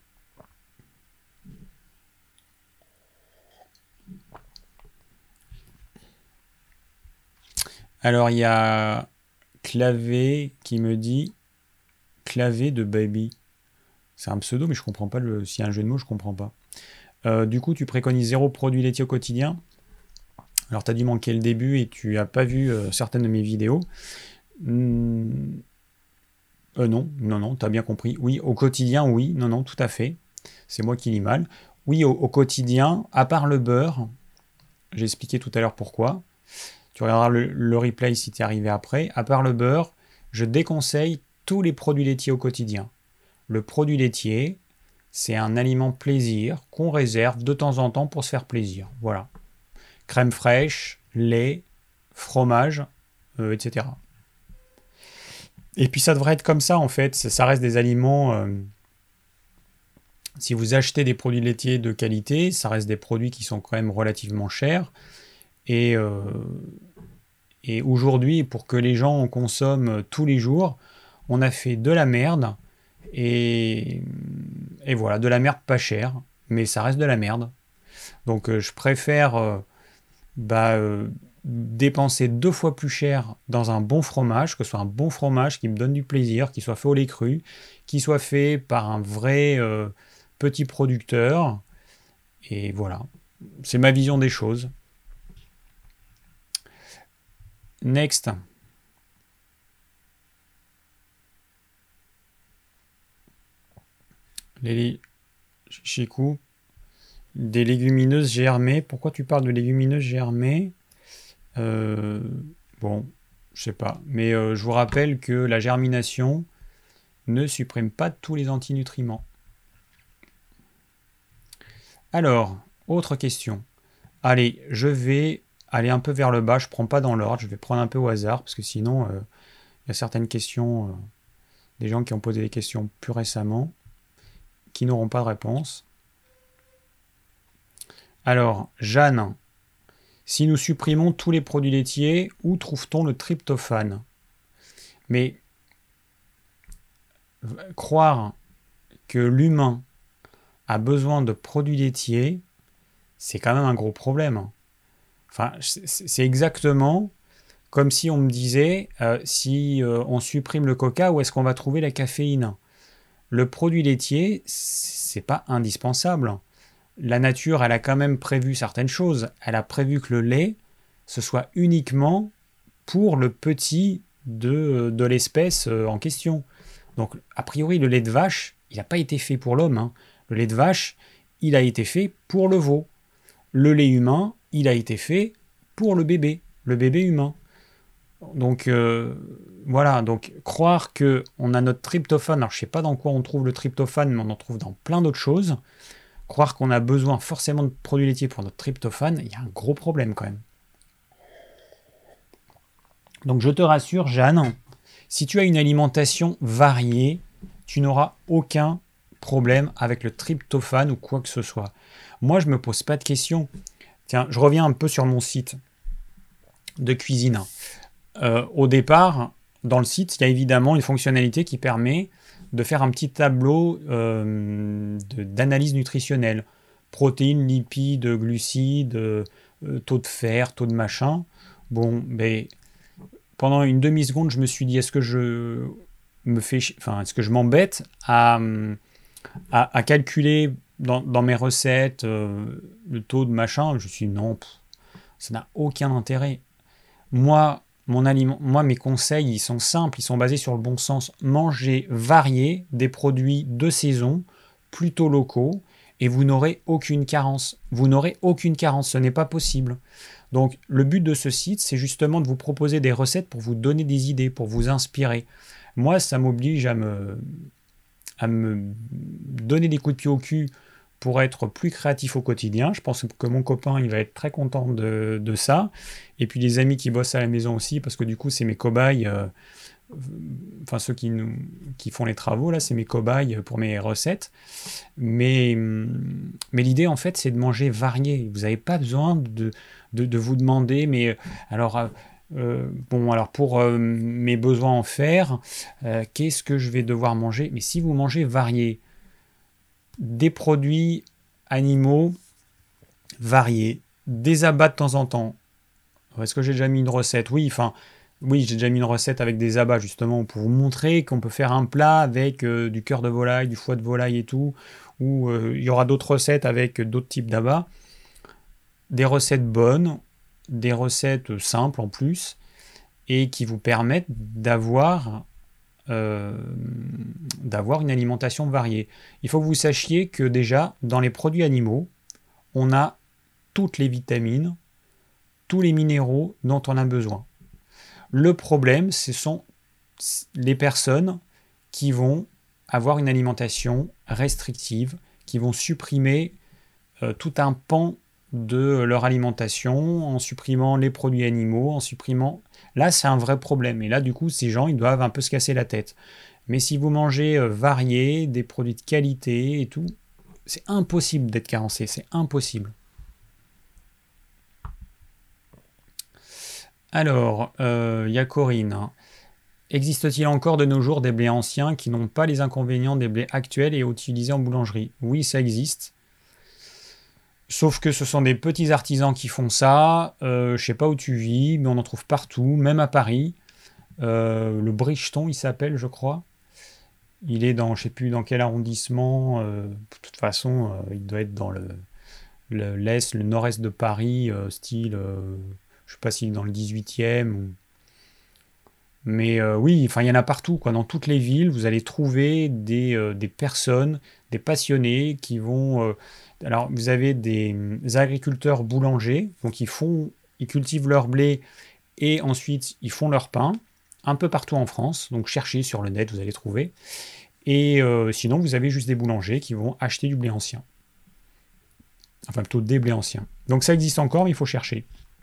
Alors, il y a Clavé qui me dit Clavé de Baby. C'est un pseudo, mais je comprends pas. Le... S'il y a un jeu de mots, je comprends pas. Euh, du coup, tu préconises zéro produit laitier au quotidien. Alors, tu as dû manquer le début et tu n'as pas vu euh, certaines de mes vidéos. Hum... Euh, non, non, non, tu as bien compris. Oui, au quotidien, oui. Non, non, tout à fait. C'est moi qui lis mal. Oui, au, au quotidien, à part le beurre, j'ai expliqué tout à l'heure pourquoi. Tu regarderas le, le replay si tu es arrivé après. À part le beurre, je déconseille tous les produits laitiers au quotidien. Le produit laitier, c'est un aliment plaisir qu'on réserve de temps en temps pour se faire plaisir. Voilà. Crème fraîche, lait, fromage, euh, et cetera. Et puis ça devrait être comme ça en fait. Ça, ça reste des aliments... Euh, si vous achetez des produits laitiers de qualité, ça reste des produits qui sont quand même relativement chers. Et... Euh, Et aujourd'hui, pour que les gens en consomment tous les jours, on a fait de la merde. Et, et voilà, de la merde pas chère. Mais ça reste de la merde. Donc euh, je préfère euh, bah, euh, dépenser deux fois plus cher dans un bon fromage, que ce soit un bon fromage qui me donne du plaisir, qui soit fait au lait cru, qui soit fait par un vrai euh, petit producteur. Et voilà, c'est ma vision des choses. Next. Les Chikou, des légumineuses germées. Pourquoi tu parles de légumineuses germées? euh, Bon, je sais pas. Mais euh, je vous rappelle que la germination ne supprime pas tous les antinutriments. Alors, autre question. Allez, je vais aller un peu vers le bas. Je prends pas dans l'ordre. Je vais prendre un peu au hasard parce que sinon, il euh, y a certaines questions, euh, des gens qui ont posé des questions plus récemment, qui n'auront pas de réponse. Alors, Jeanne, si nous supprimons tous les produits laitiers, où trouve-t-on le tryptophane? Mais croire que l'humain a besoin de produits laitiers, c'est quand même un gros problème. Enfin, c'est exactement comme si on me disait, euh, si euh, on supprime le coca, où est-ce qu'on va trouver la caféine? Le produit laitier, c'est pas indispensable. La nature, elle a quand même prévu certaines choses. Elle a prévu que le lait, ce soit uniquement pour le petit de, de l'espèce en question. Donc, a priori, le lait de vache, il n'a pas été fait pour l'homme. Hein. Le lait de vache, il a été fait pour le veau. Le lait humain, il a été fait pour le bébé, le bébé humain. Donc, euh, voilà. Donc, croire qu'on a notre tryptophane, alors je ne sais pas dans quoi on trouve le tryptophane, mais on en trouve dans plein d'autres choses. Croire qu'on a besoin forcément de produits laitiers pour notre tryptophane, il y a un gros problème quand même. Donc je te rassure, Jeanne, si tu as une alimentation variée, tu n'auras aucun problème avec le tryptophane ou quoi que ce soit. Moi, je ne me pose pas de questions. Tiens, je reviens un peu sur mon site de cuisine. Euh, au départ, dans le site, il y a évidemment une fonctionnalité qui permet de faire un petit tableau euh, de, d'analyse nutritionnelle. Protéines, lipides, glucides, euh, taux de fer, taux de machin. Bon, ben, pendant une demi-seconde, je me suis dit, est-ce que je me fais, enfin, est-ce que je m'embête à, à, à calculer dans, dans mes recettes euh, le taux de machin? Je me suis dit, non, pff, ça n'a aucun intérêt. Moi, Mon aliment, moi, mes conseils, ils sont simples, ils sont basés sur le bon sens. Manger varié, des produits de saison, plutôt locaux, et vous n'aurez aucune carence. Vous n'aurez aucune carence, ce n'est pas possible. Donc le but de ce site, c'est justement de vous proposer des recettes pour vous donner des idées, pour vous inspirer. Moi, ça m'oblige à me, à me donner des coups de pied au cul pour être plus créatif au quotidien. Je pense que mon copain, il va être très content de, de ça. Et puis les amis qui bossent à la maison aussi, parce que du coup, c'est mes cobayes, euh, enfin ceux qui, nous, qui font les travaux, là, c'est mes cobayes pour mes recettes. Mais, mais l'idée, en fait, c'est de manger varié. Vous n'avez pas besoin de, de, de vous demander, mais alors... Euh, bon, alors pour euh, mes besoins en fer, euh, qu'est-ce que je vais devoir manger? Mais si vous mangez varié, des produits animaux variés, des abats de temps en temps. Est-ce que j'ai déjà mis une recette? Oui, enfin, oui, j'ai déjà mis une recette avec des abats justement pour vous montrer qu'on peut faire un plat avec euh, du cœur de volaille, du foie de volaille et tout, ou euh, il y aura d'autres recettes avec d'autres types d'abats. Des recettes bonnes, des recettes simples en plus, et qui vous permettent d'avoir euh, d'avoir une alimentation variée. Il faut que vous sachiez que déjà, dans les produits animaux, on a toutes les vitamines, tous les minéraux dont on a besoin. Le problème, ce sont les personnes qui vont avoir une alimentation restrictive, qui vont supprimer euh, tout un pan de leur alimentation, en supprimant les produits animaux, en supprimant... Là, c'est un vrai problème. Et là, du coup, ces gens, ils doivent un peu se casser la tête. Mais si vous mangez euh, varié, des produits de qualité et tout, c'est impossible d'être carencé. C'est impossible. Alors, il euh, y a Corinne. Existe-t-il encore de nos jours des blés anciens qui n'ont pas les inconvénients des blés actuels et utilisés en boulangerie? Oui, ça existe. Sauf que ce sont des petits artisans qui font ça. Euh, je sais pas où tu vis, mais on en trouve partout, même à Paris. Euh, le Bricheton, il s'appelle, je crois. Il est dans, je sais plus dans quel arrondissement. Euh, de toute façon, euh, il doit être dans le, le l'est, le nord-est de Paris, euh, style, euh, je sais pas s'il est dans le dix-huitième. Ou... Mais euh, oui, enfin, il y en a partout, quoi. Dans toutes les villes, vous allez trouver des, euh, des personnes, des passionnés qui vont... Euh, Alors, vous avez des agriculteurs boulangers, donc ils font, ils cultivent leur blé et ensuite ils font leur pain, un peu partout en France. Donc, cherchez sur le net, vous allez trouver. Et euh, sinon, vous avez juste des boulangers qui vont acheter du blé ancien. Enfin, plutôt des blés anciens. Donc, ça existe encore, mais il faut chercher.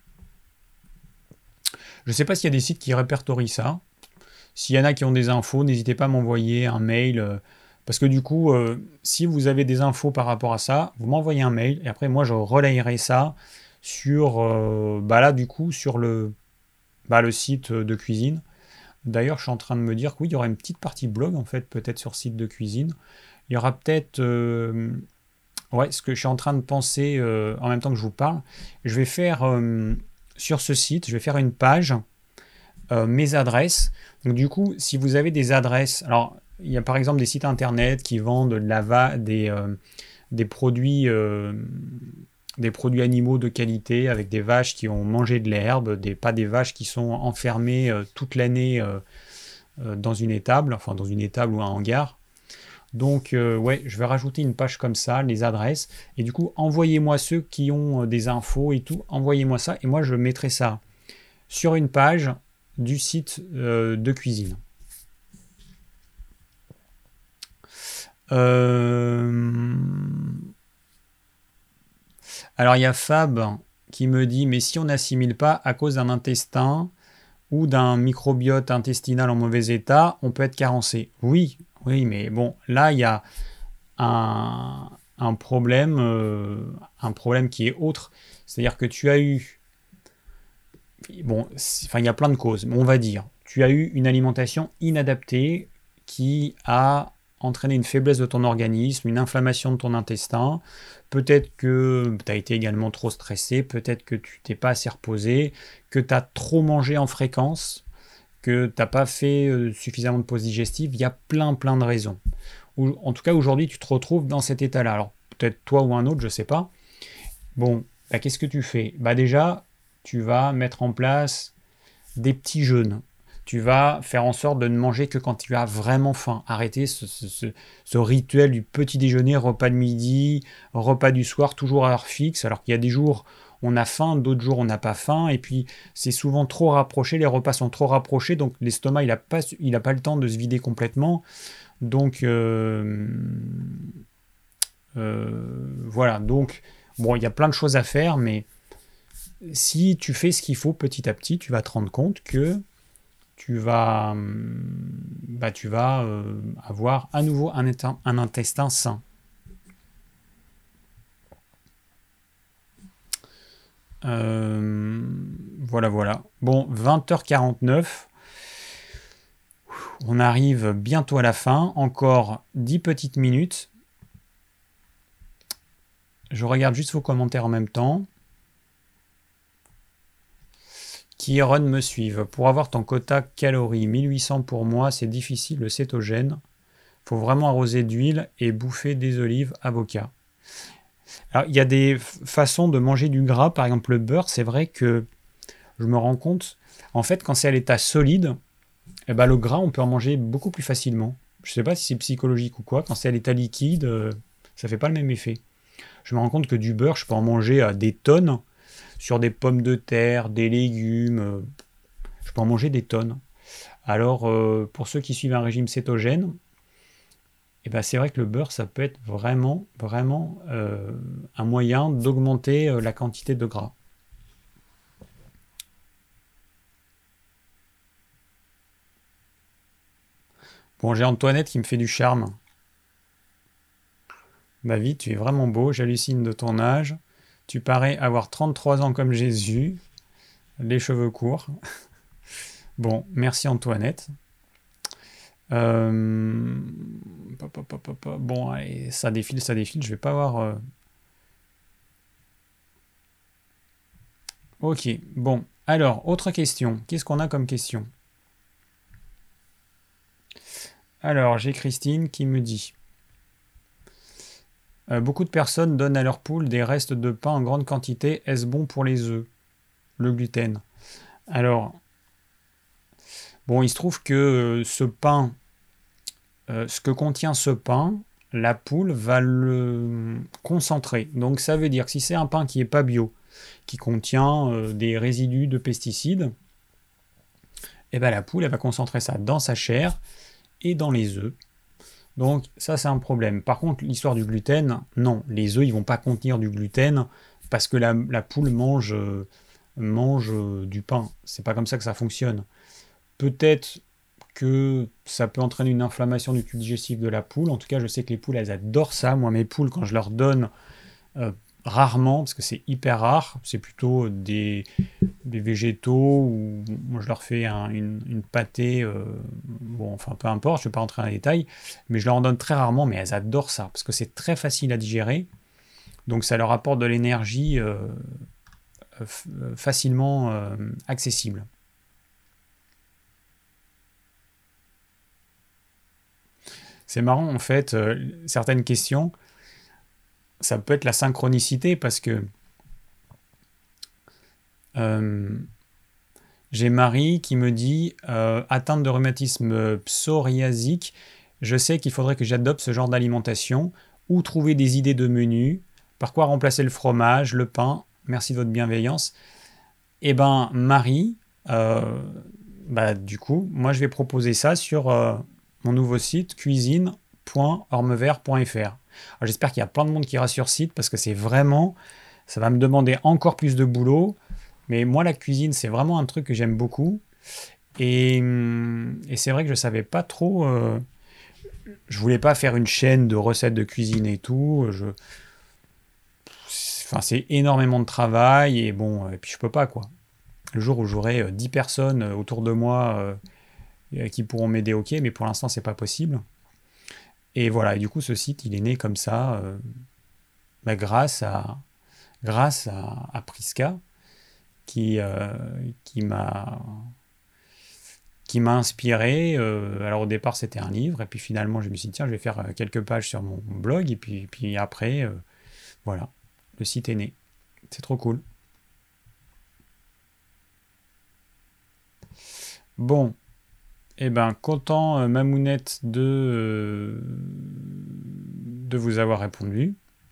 Je ne sais pas s'il y a des sites qui répertorient ça. S'il y en a qui ont des infos, n'hésitez pas à m'envoyer un mail. Euh, Parce que du coup, euh, si vous avez des infos par rapport à ça, vous m'envoyez un mail et après moi je relayerai ça sur, euh, bah là du coup sur le, bah, le site de cuisine. D'ailleurs, je suis en train de me dire que oui, il y aura une petite partie blog en fait, peut-être sur site de cuisine. Il y aura peut-être, euh, ouais, ce que je suis en train de penser euh, en même temps que je vous parle. Je vais faire euh, sur ce site, je vais faire une page, euh, mes adresses. Donc du coup, si vous avez des adresses, alors il y a par exemple des sites internet qui vendent de la va- des, euh, des, produits, euh, des produits animaux de qualité avec des vaches qui ont mangé de l'herbe, des, pas des vaches qui sont enfermées euh, toute l'année euh, euh, dans une étable, enfin dans une étable ou un hangar. Donc euh, ouais, je vais rajouter une page comme ça, les adresses, et du coup envoyez-moi ceux qui ont euh, des infos et tout, envoyez-moi ça, et moi je mettrai ça sur une page du site euh, de cuisine. Euh... Alors il y a Fab qui me dit, mais si on n'assimile pas à cause d'un intestin ou d'un microbiote intestinal en mauvais état, on peut être carencé. Oui, oui, mais bon, là il y a un, un problème, euh, un problème qui est autre. C'est-à-dire que tu as eu, bon, enfin il y a plein de causes, mais on va dire, tu as eu une alimentation inadaptée qui a entraîné une faiblesse de ton organisme, une inflammation de ton intestin. Peut-être que tu as été également trop stressé, peut-être que tu t'es pas assez reposé, que tu as trop mangé en fréquence, que tu n'as pas fait euh, suffisamment de pauses digestives. Il y a plein plein de raisons. Ou, en tout cas, aujourd'hui, tu te retrouves dans cet état-là. Alors, peut-être toi ou un autre, je ne sais pas. Bon, bah, qu'est-ce que tu fais? Bah déjà, tu vas mettre en place des petits jeûnes. tu vas faire en sorte de ne manger que quand tu as vraiment faim. Arrêter ce, ce, ce, ce rituel du petit déjeuner, repas de midi, repas du soir, toujours à heure fixe, alors qu'il y a des jours on a faim, d'autres jours on n'a pas faim, et puis c'est souvent trop rapproché, les repas sont trop rapprochés, donc l'estomac il n'a pas, il a pas le temps de se vider complètement. Donc euh, euh, voilà, donc bon, il y a plein de choses à faire, mais si tu fais ce qu'il faut petit à petit, tu vas te rendre compte que tu vas, bah, tu vas euh, avoir à nouveau un, étain, un intestin sain. Euh, voilà, voilà. Bon, vingt heures quarante-neuf. On arrive bientôt à la fin. Encore dix petites minutes. Je regarde juste vos commentaires en même temps. Qui Run me suivent. Pour avoir ton quota calories, mille huit cents pour moi, c'est difficile, le cétogène. Faut vraiment arroser d'huile et bouffer des olives, avocat. Alors, il y a des façons de manger du gras. Par exemple, le beurre, c'est vrai que je me rends compte, en fait, quand c'est à l'état solide, eh ben, le gras, on peut en manger beaucoup plus facilement. Je ne sais pas si c'est psychologique ou quoi. Quand c'est à l'état liquide, euh, ça ne fait pas le même effet. Je me rends compte que du beurre, je peux en manger à des tonnes sur des pommes de terre, des légumes. Euh, je peux en manger des tonnes. Alors, euh, pour ceux qui suivent un régime cétogène, eh ben, c'est vrai que le beurre, ça peut être vraiment, vraiment euh, un moyen d'augmenter euh, la quantité de gras. Bon, j'ai Antoinette qui me fait du charme. Ma vie, tu es vraiment beau, j'hallucine de ton âge. Tu parais avoir trente-trois ans comme Jésus, les cheveux courts. Bon, merci Antoinette. Euh... Bon, allez, ça défile, ça défile, je vais pas avoir... Euh... Ok, bon. Alors, autre question. Qu'est-ce qu'on a comme question? Alors, j'ai Christine qui me dit... Euh, beaucoup de personnes donnent à leurs poules des restes de pain en grande quantité. Est-ce bon pour les œufs? Le gluten. Alors, bon, il se trouve que euh, ce pain, euh, ce que contient ce pain, la poule va le concentrer. Donc ça veut dire que si c'est un pain qui n'est pas bio, qui contient euh, des résidus de pesticides, eh ben, la poule elle va concentrer ça dans sa chair et dans les œufs. Donc ça c'est un problème. Par contre l'histoire du gluten, non, les œufs ils vont pas contenir du gluten parce que la, la poule mange, euh, mange euh, du pain. C'est pas comme ça que ça fonctionne. Peut-être que ça peut entraîner une inflammation du tube digestif de la poule. En tout cas je sais que les poules elles adorent ça. Moi mes poules quand je leur donne euh, rarement, parce que c'est hyper rare, c'est plutôt des, des végétaux ou moi je leur fais un, une, une pâtée, euh, bon enfin peu importe, je ne vais pas rentrer dans les détails, mais je leur en donne très rarement, mais elles adorent ça, parce que c'est très facile à digérer, donc ça leur apporte de l'énergie euh, f- facilement euh, accessible. C'est marrant en fait, euh, certaines questions, ça peut être la synchronicité, parce que euh, j'ai Marie qui me dit euh, atteinte de rhumatisme psoriasique, je sais qu'il faudrait que j'adopte ce genre d'alimentation ou trouver des idées de menus, par quoi remplacer le fromage, le pain, merci de votre bienveillance. Eh ben Marie, euh, bah, du coup, moi je vais proposer ça sur euh, mon nouveau site cuisine point ormevert point f r. J'espère qu'il y a plein de monde qui ira sur site parce que c'est vraiment, ça va me demander encore plus de boulot. Mais moi, la cuisine, c'est vraiment un truc que j'aime beaucoup. Et, hum, et c'est vrai que je savais pas trop. Euh, je voulais pas faire une chaîne de recettes de cuisine et tout. Je, enfin, c'est énormément de travail. Et bon, et puis je peux pas, quoi. Le jour où j'aurai euh, dix personnes euh, autour de moi euh, qui pourront m'aider, ok. Mais pour l'instant, c'est pas possible. Et voilà. Et du coup, ce site, il est né comme ça, euh, bah, grâce à, grâce à, à Prisca, qui, euh, qui m'a qui m'a inspiré. Euh, alors au départ c'était un livre, et puis finalement je me suis dit tiens je vais faire euh, quelques pages sur mon blog, et puis, puis après euh, voilà, le site est né. C'est trop cool. Bon, Eh ben, content, euh, Mamounette, de, euh, de vous avoir répondu.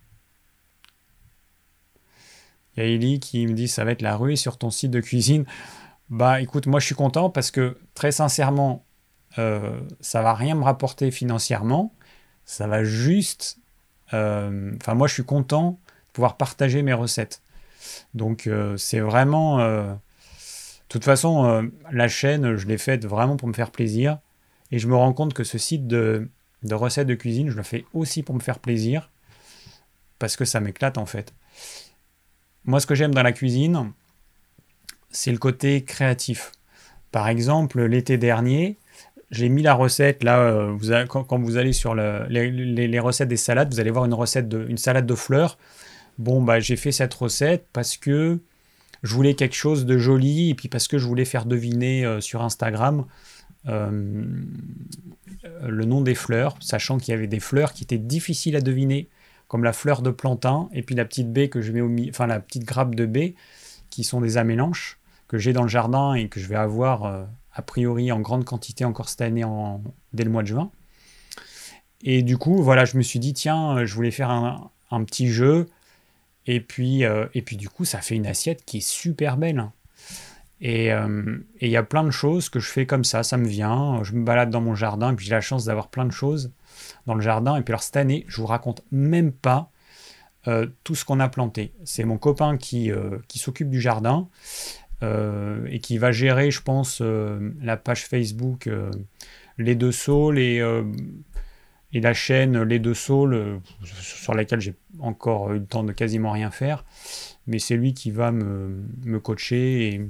Il y a Ellie qui me dit ça va être la ruée sur ton site de cuisine. Bah écoute, moi je suis content parce que très sincèrement, euh, ça va rien me rapporter financièrement. Ça va juste. euh, Enfin, moi je suis content de pouvoir partager mes recettes. Donc euh, c'est vraiment. euh, De toute façon, euh, la chaîne, je l'ai faite vraiment pour me faire plaisir. Et je me rends compte que ce site de, de recettes de cuisine, je le fais aussi pour me faire plaisir. Parce que ça m'éclate en fait. Moi, ce que j'aime dans la cuisine, c'est le côté créatif. Par exemple, l'été dernier, j'ai mis la recette, là, euh, vous avez- quand, quand vous allez sur le- les, les- les recettes des salades, vous allez voir une recette de, une salade de fleurs. Bon, bah, j'ai fait cette recette parce que je voulais quelque chose de joli et puis parce que je voulais faire deviner euh, sur Instagram euh, le nom des fleurs, sachant qu'il y avait des fleurs qui étaient difficiles à deviner, comme la fleur de plantain et puis la petite baie que je mets au milieu, enfin la petite grappe de baie, qui sont des amélanches que j'ai dans le jardin et que je vais avoir euh, a priori en grande quantité encore cette année en, dès le mois de juin. Et du coup, voilà, je me suis dit, tiens, euh, je voulais faire un, un petit jeu. Et puis, euh, et puis, du coup, ça fait une assiette qui est super belle. Et euh, et il y a plein de choses que je fais comme ça, ça me vient. Je me balade dans mon jardin, et puis j'ai la chance d'avoir plein de choses dans le jardin. Et puis alors cette année, je vous raconte même pas euh, tout ce qu'on a planté. C'est mon copain qui, euh, qui s'occupe du jardin euh, et qui va gérer, je pense, euh, la page Facebook euh, Les Deux Saules et, euh, et la chaîne Les Deux Saules, euh, sur laquelle j'ai encore eu le temps de quasiment rien faire. Mais c'est lui qui va me, me coacher. Et,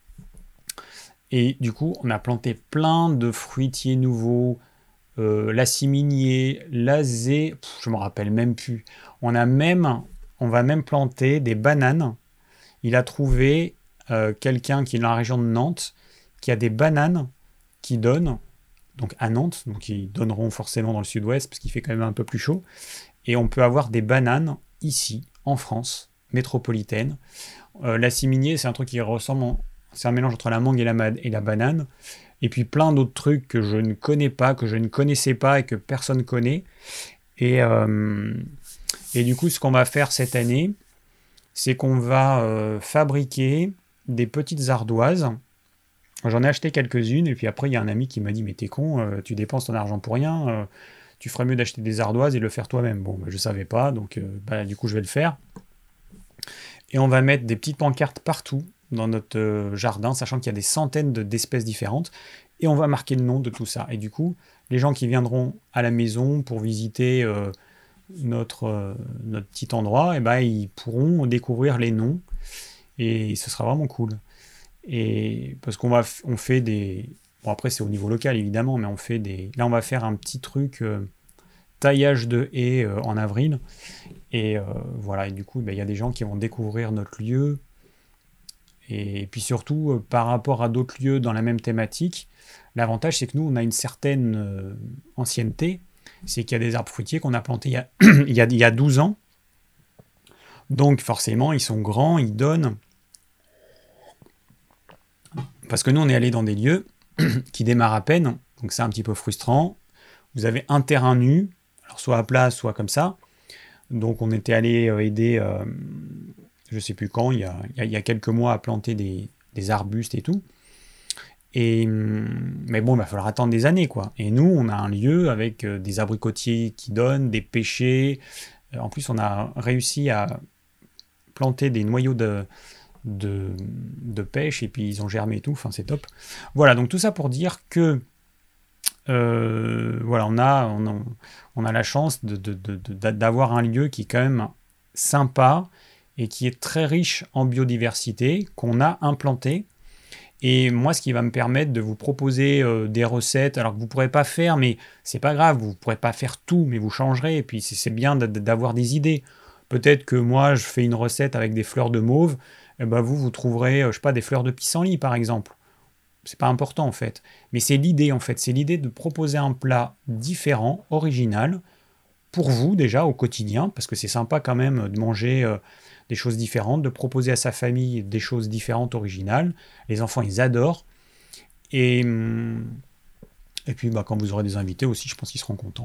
et du coup, on a planté plein de fruitiers nouveaux, euh, la ciminier, l'azé, pff, je me rappelle même plus. On a même, on va même planter des bananes. Il a trouvé euh, quelqu'un qui est dans la région de Nantes, qui a des bananes qui donnent, donc à Nantes, donc ils donneront forcément dans le sud-ouest, parce qu'il fait quand même un peu plus chaud. Et on peut avoir des bananes ici, en France, métropolitaine. Euh, la ciminier, c'est un truc qui ressemble, en- c'est un mélange entre la mangue et la, ma- et la banane. Et puis plein d'autres trucs que je ne connais pas, que je ne connaissais pas et que personne connaît. Et, euh, et du coup, ce qu'on va faire cette année, c'est qu'on va euh, fabriquer des petites ardoises. J'en ai acheté quelques-unes, et puis après, il y a un ami qui m'a dit, mais t'es con, euh, tu dépenses ton argent pour rien, euh, tu ferais mieux d'acheter des ardoises et le faire toi-même. Bon, bah, je savais pas, donc euh, bah, du coup, je vais le faire. Et on va mettre des petites pancartes partout dans notre euh, jardin, sachant qu'il y a des centaines de- d'espèces différentes, et on va marquer le nom de tout ça. Et du coup, les gens qui viendront à la maison pour visiter euh, notre, euh, notre petit endroit, eh ben, ils pourront découvrir les noms, et ce sera vraiment cool. Et parce qu'on va, f- on fait des... Bon, après, c'est au niveau local, évidemment, mais on fait des... Là, on va faire un petit truc, euh, taillage de haies euh, en avril. Et euh, voilà, et du coup, ben, il y a des gens qui vont découvrir notre lieu. Et puis surtout, euh, par rapport à d'autres lieux dans la même thématique, l'avantage, c'est que nous, on a une certaine euh, ancienneté. C'est qu'il y a des arbres fruitiers qu'on a plantés il y a, il y a, il y a douze ans. Donc forcément, ils sont grands, ils donnent. Parce que nous, on est allé dans des lieux qui démarrent à peine. Donc c'est un petit peu frustrant. Vous avez un terrain nu, alors soit à plat, soit comme ça. Donc on était allé euh, aider, euh, je sais plus quand, il y a, il y a- il y a quelques mois, à planter des, des arbustes et tout. Et, hum, mais bon, il va falloir attendre des années, quoi. Et nous, on a un lieu avec euh, des abricotiers qui donnent, des pêchers. Euh, En plus, on a réussi à planter des noyaux de, de, de pêche et puis ils ont germé et tout. Enfin, c'est top. Voilà, donc tout ça pour dire que euh, voilà, on a, on a, on a la chance de, de- de- de- d'avoir un lieu qui est quand même sympa et qui est très riche en biodiversité, qu'on a implanté. Et moi, ce qui va me permettre de vous proposer euh, des recettes, alors que vous ne pourrez pas faire, mais c'est pas grave, vous ne pourrez pas faire tout, mais vous changerez. Et puis c'est c'est bien d- d'avoir des idées. Peut-être que moi, je fais une recette avec des fleurs de mauve, et ben vous, vous trouverez, euh, je sais pas, des fleurs de pissenlit, par exemple. C'est pas important en fait. Mais c'est l'idée en fait. C'est l'idée de proposer un plat différent, original, pour vous déjà au quotidien, parce que c'est sympa quand même de manger euh, des choses différentes, de proposer à sa famille des choses différentes, originales. Les enfants, ils adorent. Et, hum, Et puis bah, quand vous aurez des invités aussi, je pense qu'ils seront contents.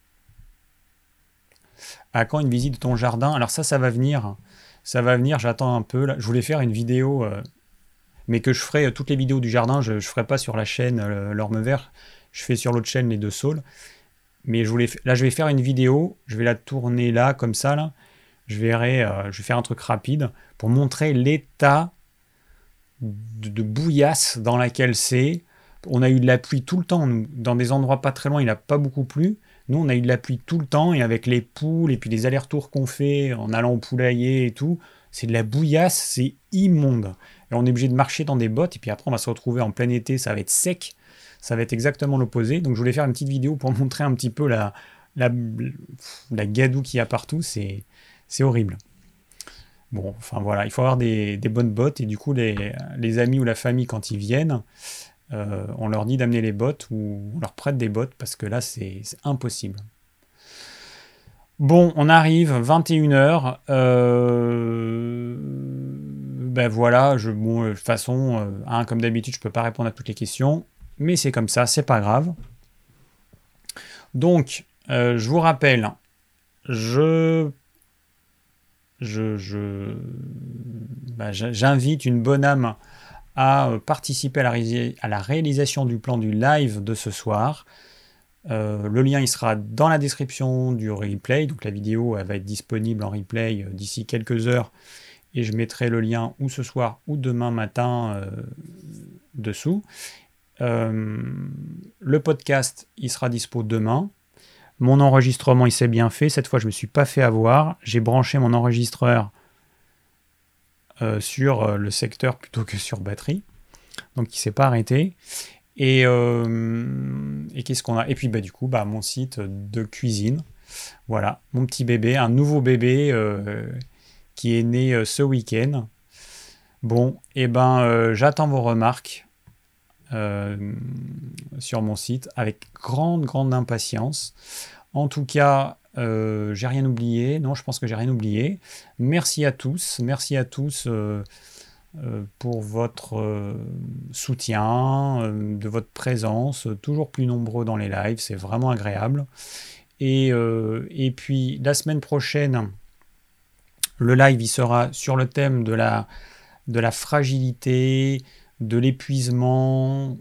À quand une visite de ton jardin? Alors ça, ça va venir. Ça va venir, j'attends un peu. Là. Je voulais faire une vidéo, euh, mais que je ferai, euh, toutes les vidéos du jardin, je ne ferai pas sur la chaîne euh, L'Orme Vert. Je fais sur l'autre chaîne Les Deux Saules. Mais je voulais, là, je vais faire une vidéo. Je vais la tourner là, comme ça. Là. Je, verrai, euh, je vais faire un truc rapide pour montrer l'état de, de bouillasse dans laquelle c'est. On a eu de la pluie tout le temps. Nous, dans des endroits pas très loin, il n'a pas beaucoup plu. Nous, on a eu de la pluie tout le temps, et avec les poules, et puis les allers-retours qu'on fait en allant au poulailler et tout, c'est de la bouillasse, c'est immonde. Et on est obligé de marcher dans des bottes, et puis après, on va se retrouver en plein été, ça va être sec, ça va être exactement l'opposé. Donc, je voulais faire une petite vidéo pour montrer un petit peu la, la, la gadoue qu'il y a partout, c'est, c'est horrible. Bon, enfin voilà, il faut avoir des, des bonnes bottes, et du coup, les, les amis ou la famille, quand ils viennent, Euh, on leur dit d'amener les bottes ou on leur prête des bottes parce que là c'est, c'est impossible. Bon, on arrive, vingt et une heures. Euh... Ben voilà, je, bon, de toute façon, euh, hein, comme d'habitude, je ne peux pas répondre à toutes les questions, mais c'est comme ça, c'est pas grave. Donc, euh, je vous rappelle, je, je, je... Ben, j'invite une bonne âme à participer à la, ré- à la réalisation du plan du live de ce soir. Euh, le lien il sera dans la description du replay, donc la vidéo elle va être disponible en replay d'ici quelques heures, et je mettrai le lien ou ce soir ou demain matin euh, dessous. Euh, le podcast il sera dispo demain. Mon enregistrement il s'est bien fait, cette fois je me suis pas fait avoir, j'ai branché mon enregistreur Euh, sur euh, le secteur plutôt que sur batterie, donc il s'est pas arrêté. Et, euh, et qu'est-ce qu'on a? Et puis bah du coup bah mon site de cuisine, voilà mon petit bébé, un nouveau bébé euh, qui est né euh, ce week-end. Bon, et ben euh, j'attends vos remarques euh, sur mon site avec grande grande impatience. En tout cas, euh, j'ai rien oublié. Non, je pense que j'ai rien oublié. Merci à tous. Merci à tous euh, euh, pour votre euh, soutien, euh, de votre présence, toujours plus nombreux dans les lives. C'est vraiment agréable. Et, euh, et puis, la semaine prochaine, le live, il sera sur le thème de la, de la fragilité, de l'épuisement,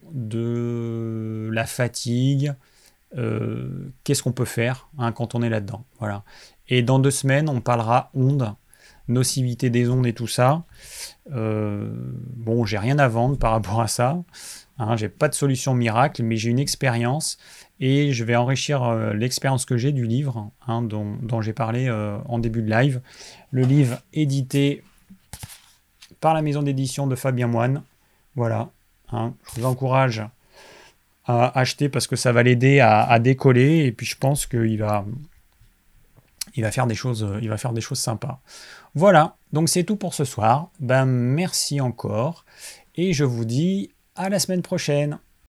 de la fatigue. Euh, qu'est-ce qu'on peut faire hein, quand on est là-dedans. Voilà. Et dans deux semaines, on parlera ondes, nocivité des ondes et tout ça. Euh, bon, j'ai rien à vendre par rapport à ça. Hein, j'ai pas de solution miracle, mais j'ai une expérience et je vais enrichir euh, l'expérience que j'ai du livre hein, dont, dont j'ai parlé euh, en début de live. Le livre édité par la maison d'édition de Fabien Moine. Voilà. Hein, je vous encourage à acheter parce que ça va l'aider à, à décoller et puis je pense qu'il va, il va faire des choses, il va faire des choses sympas. Voilà, donc c'est tout pour ce soir. Ben merci encore et je vous dis à la semaine prochaine.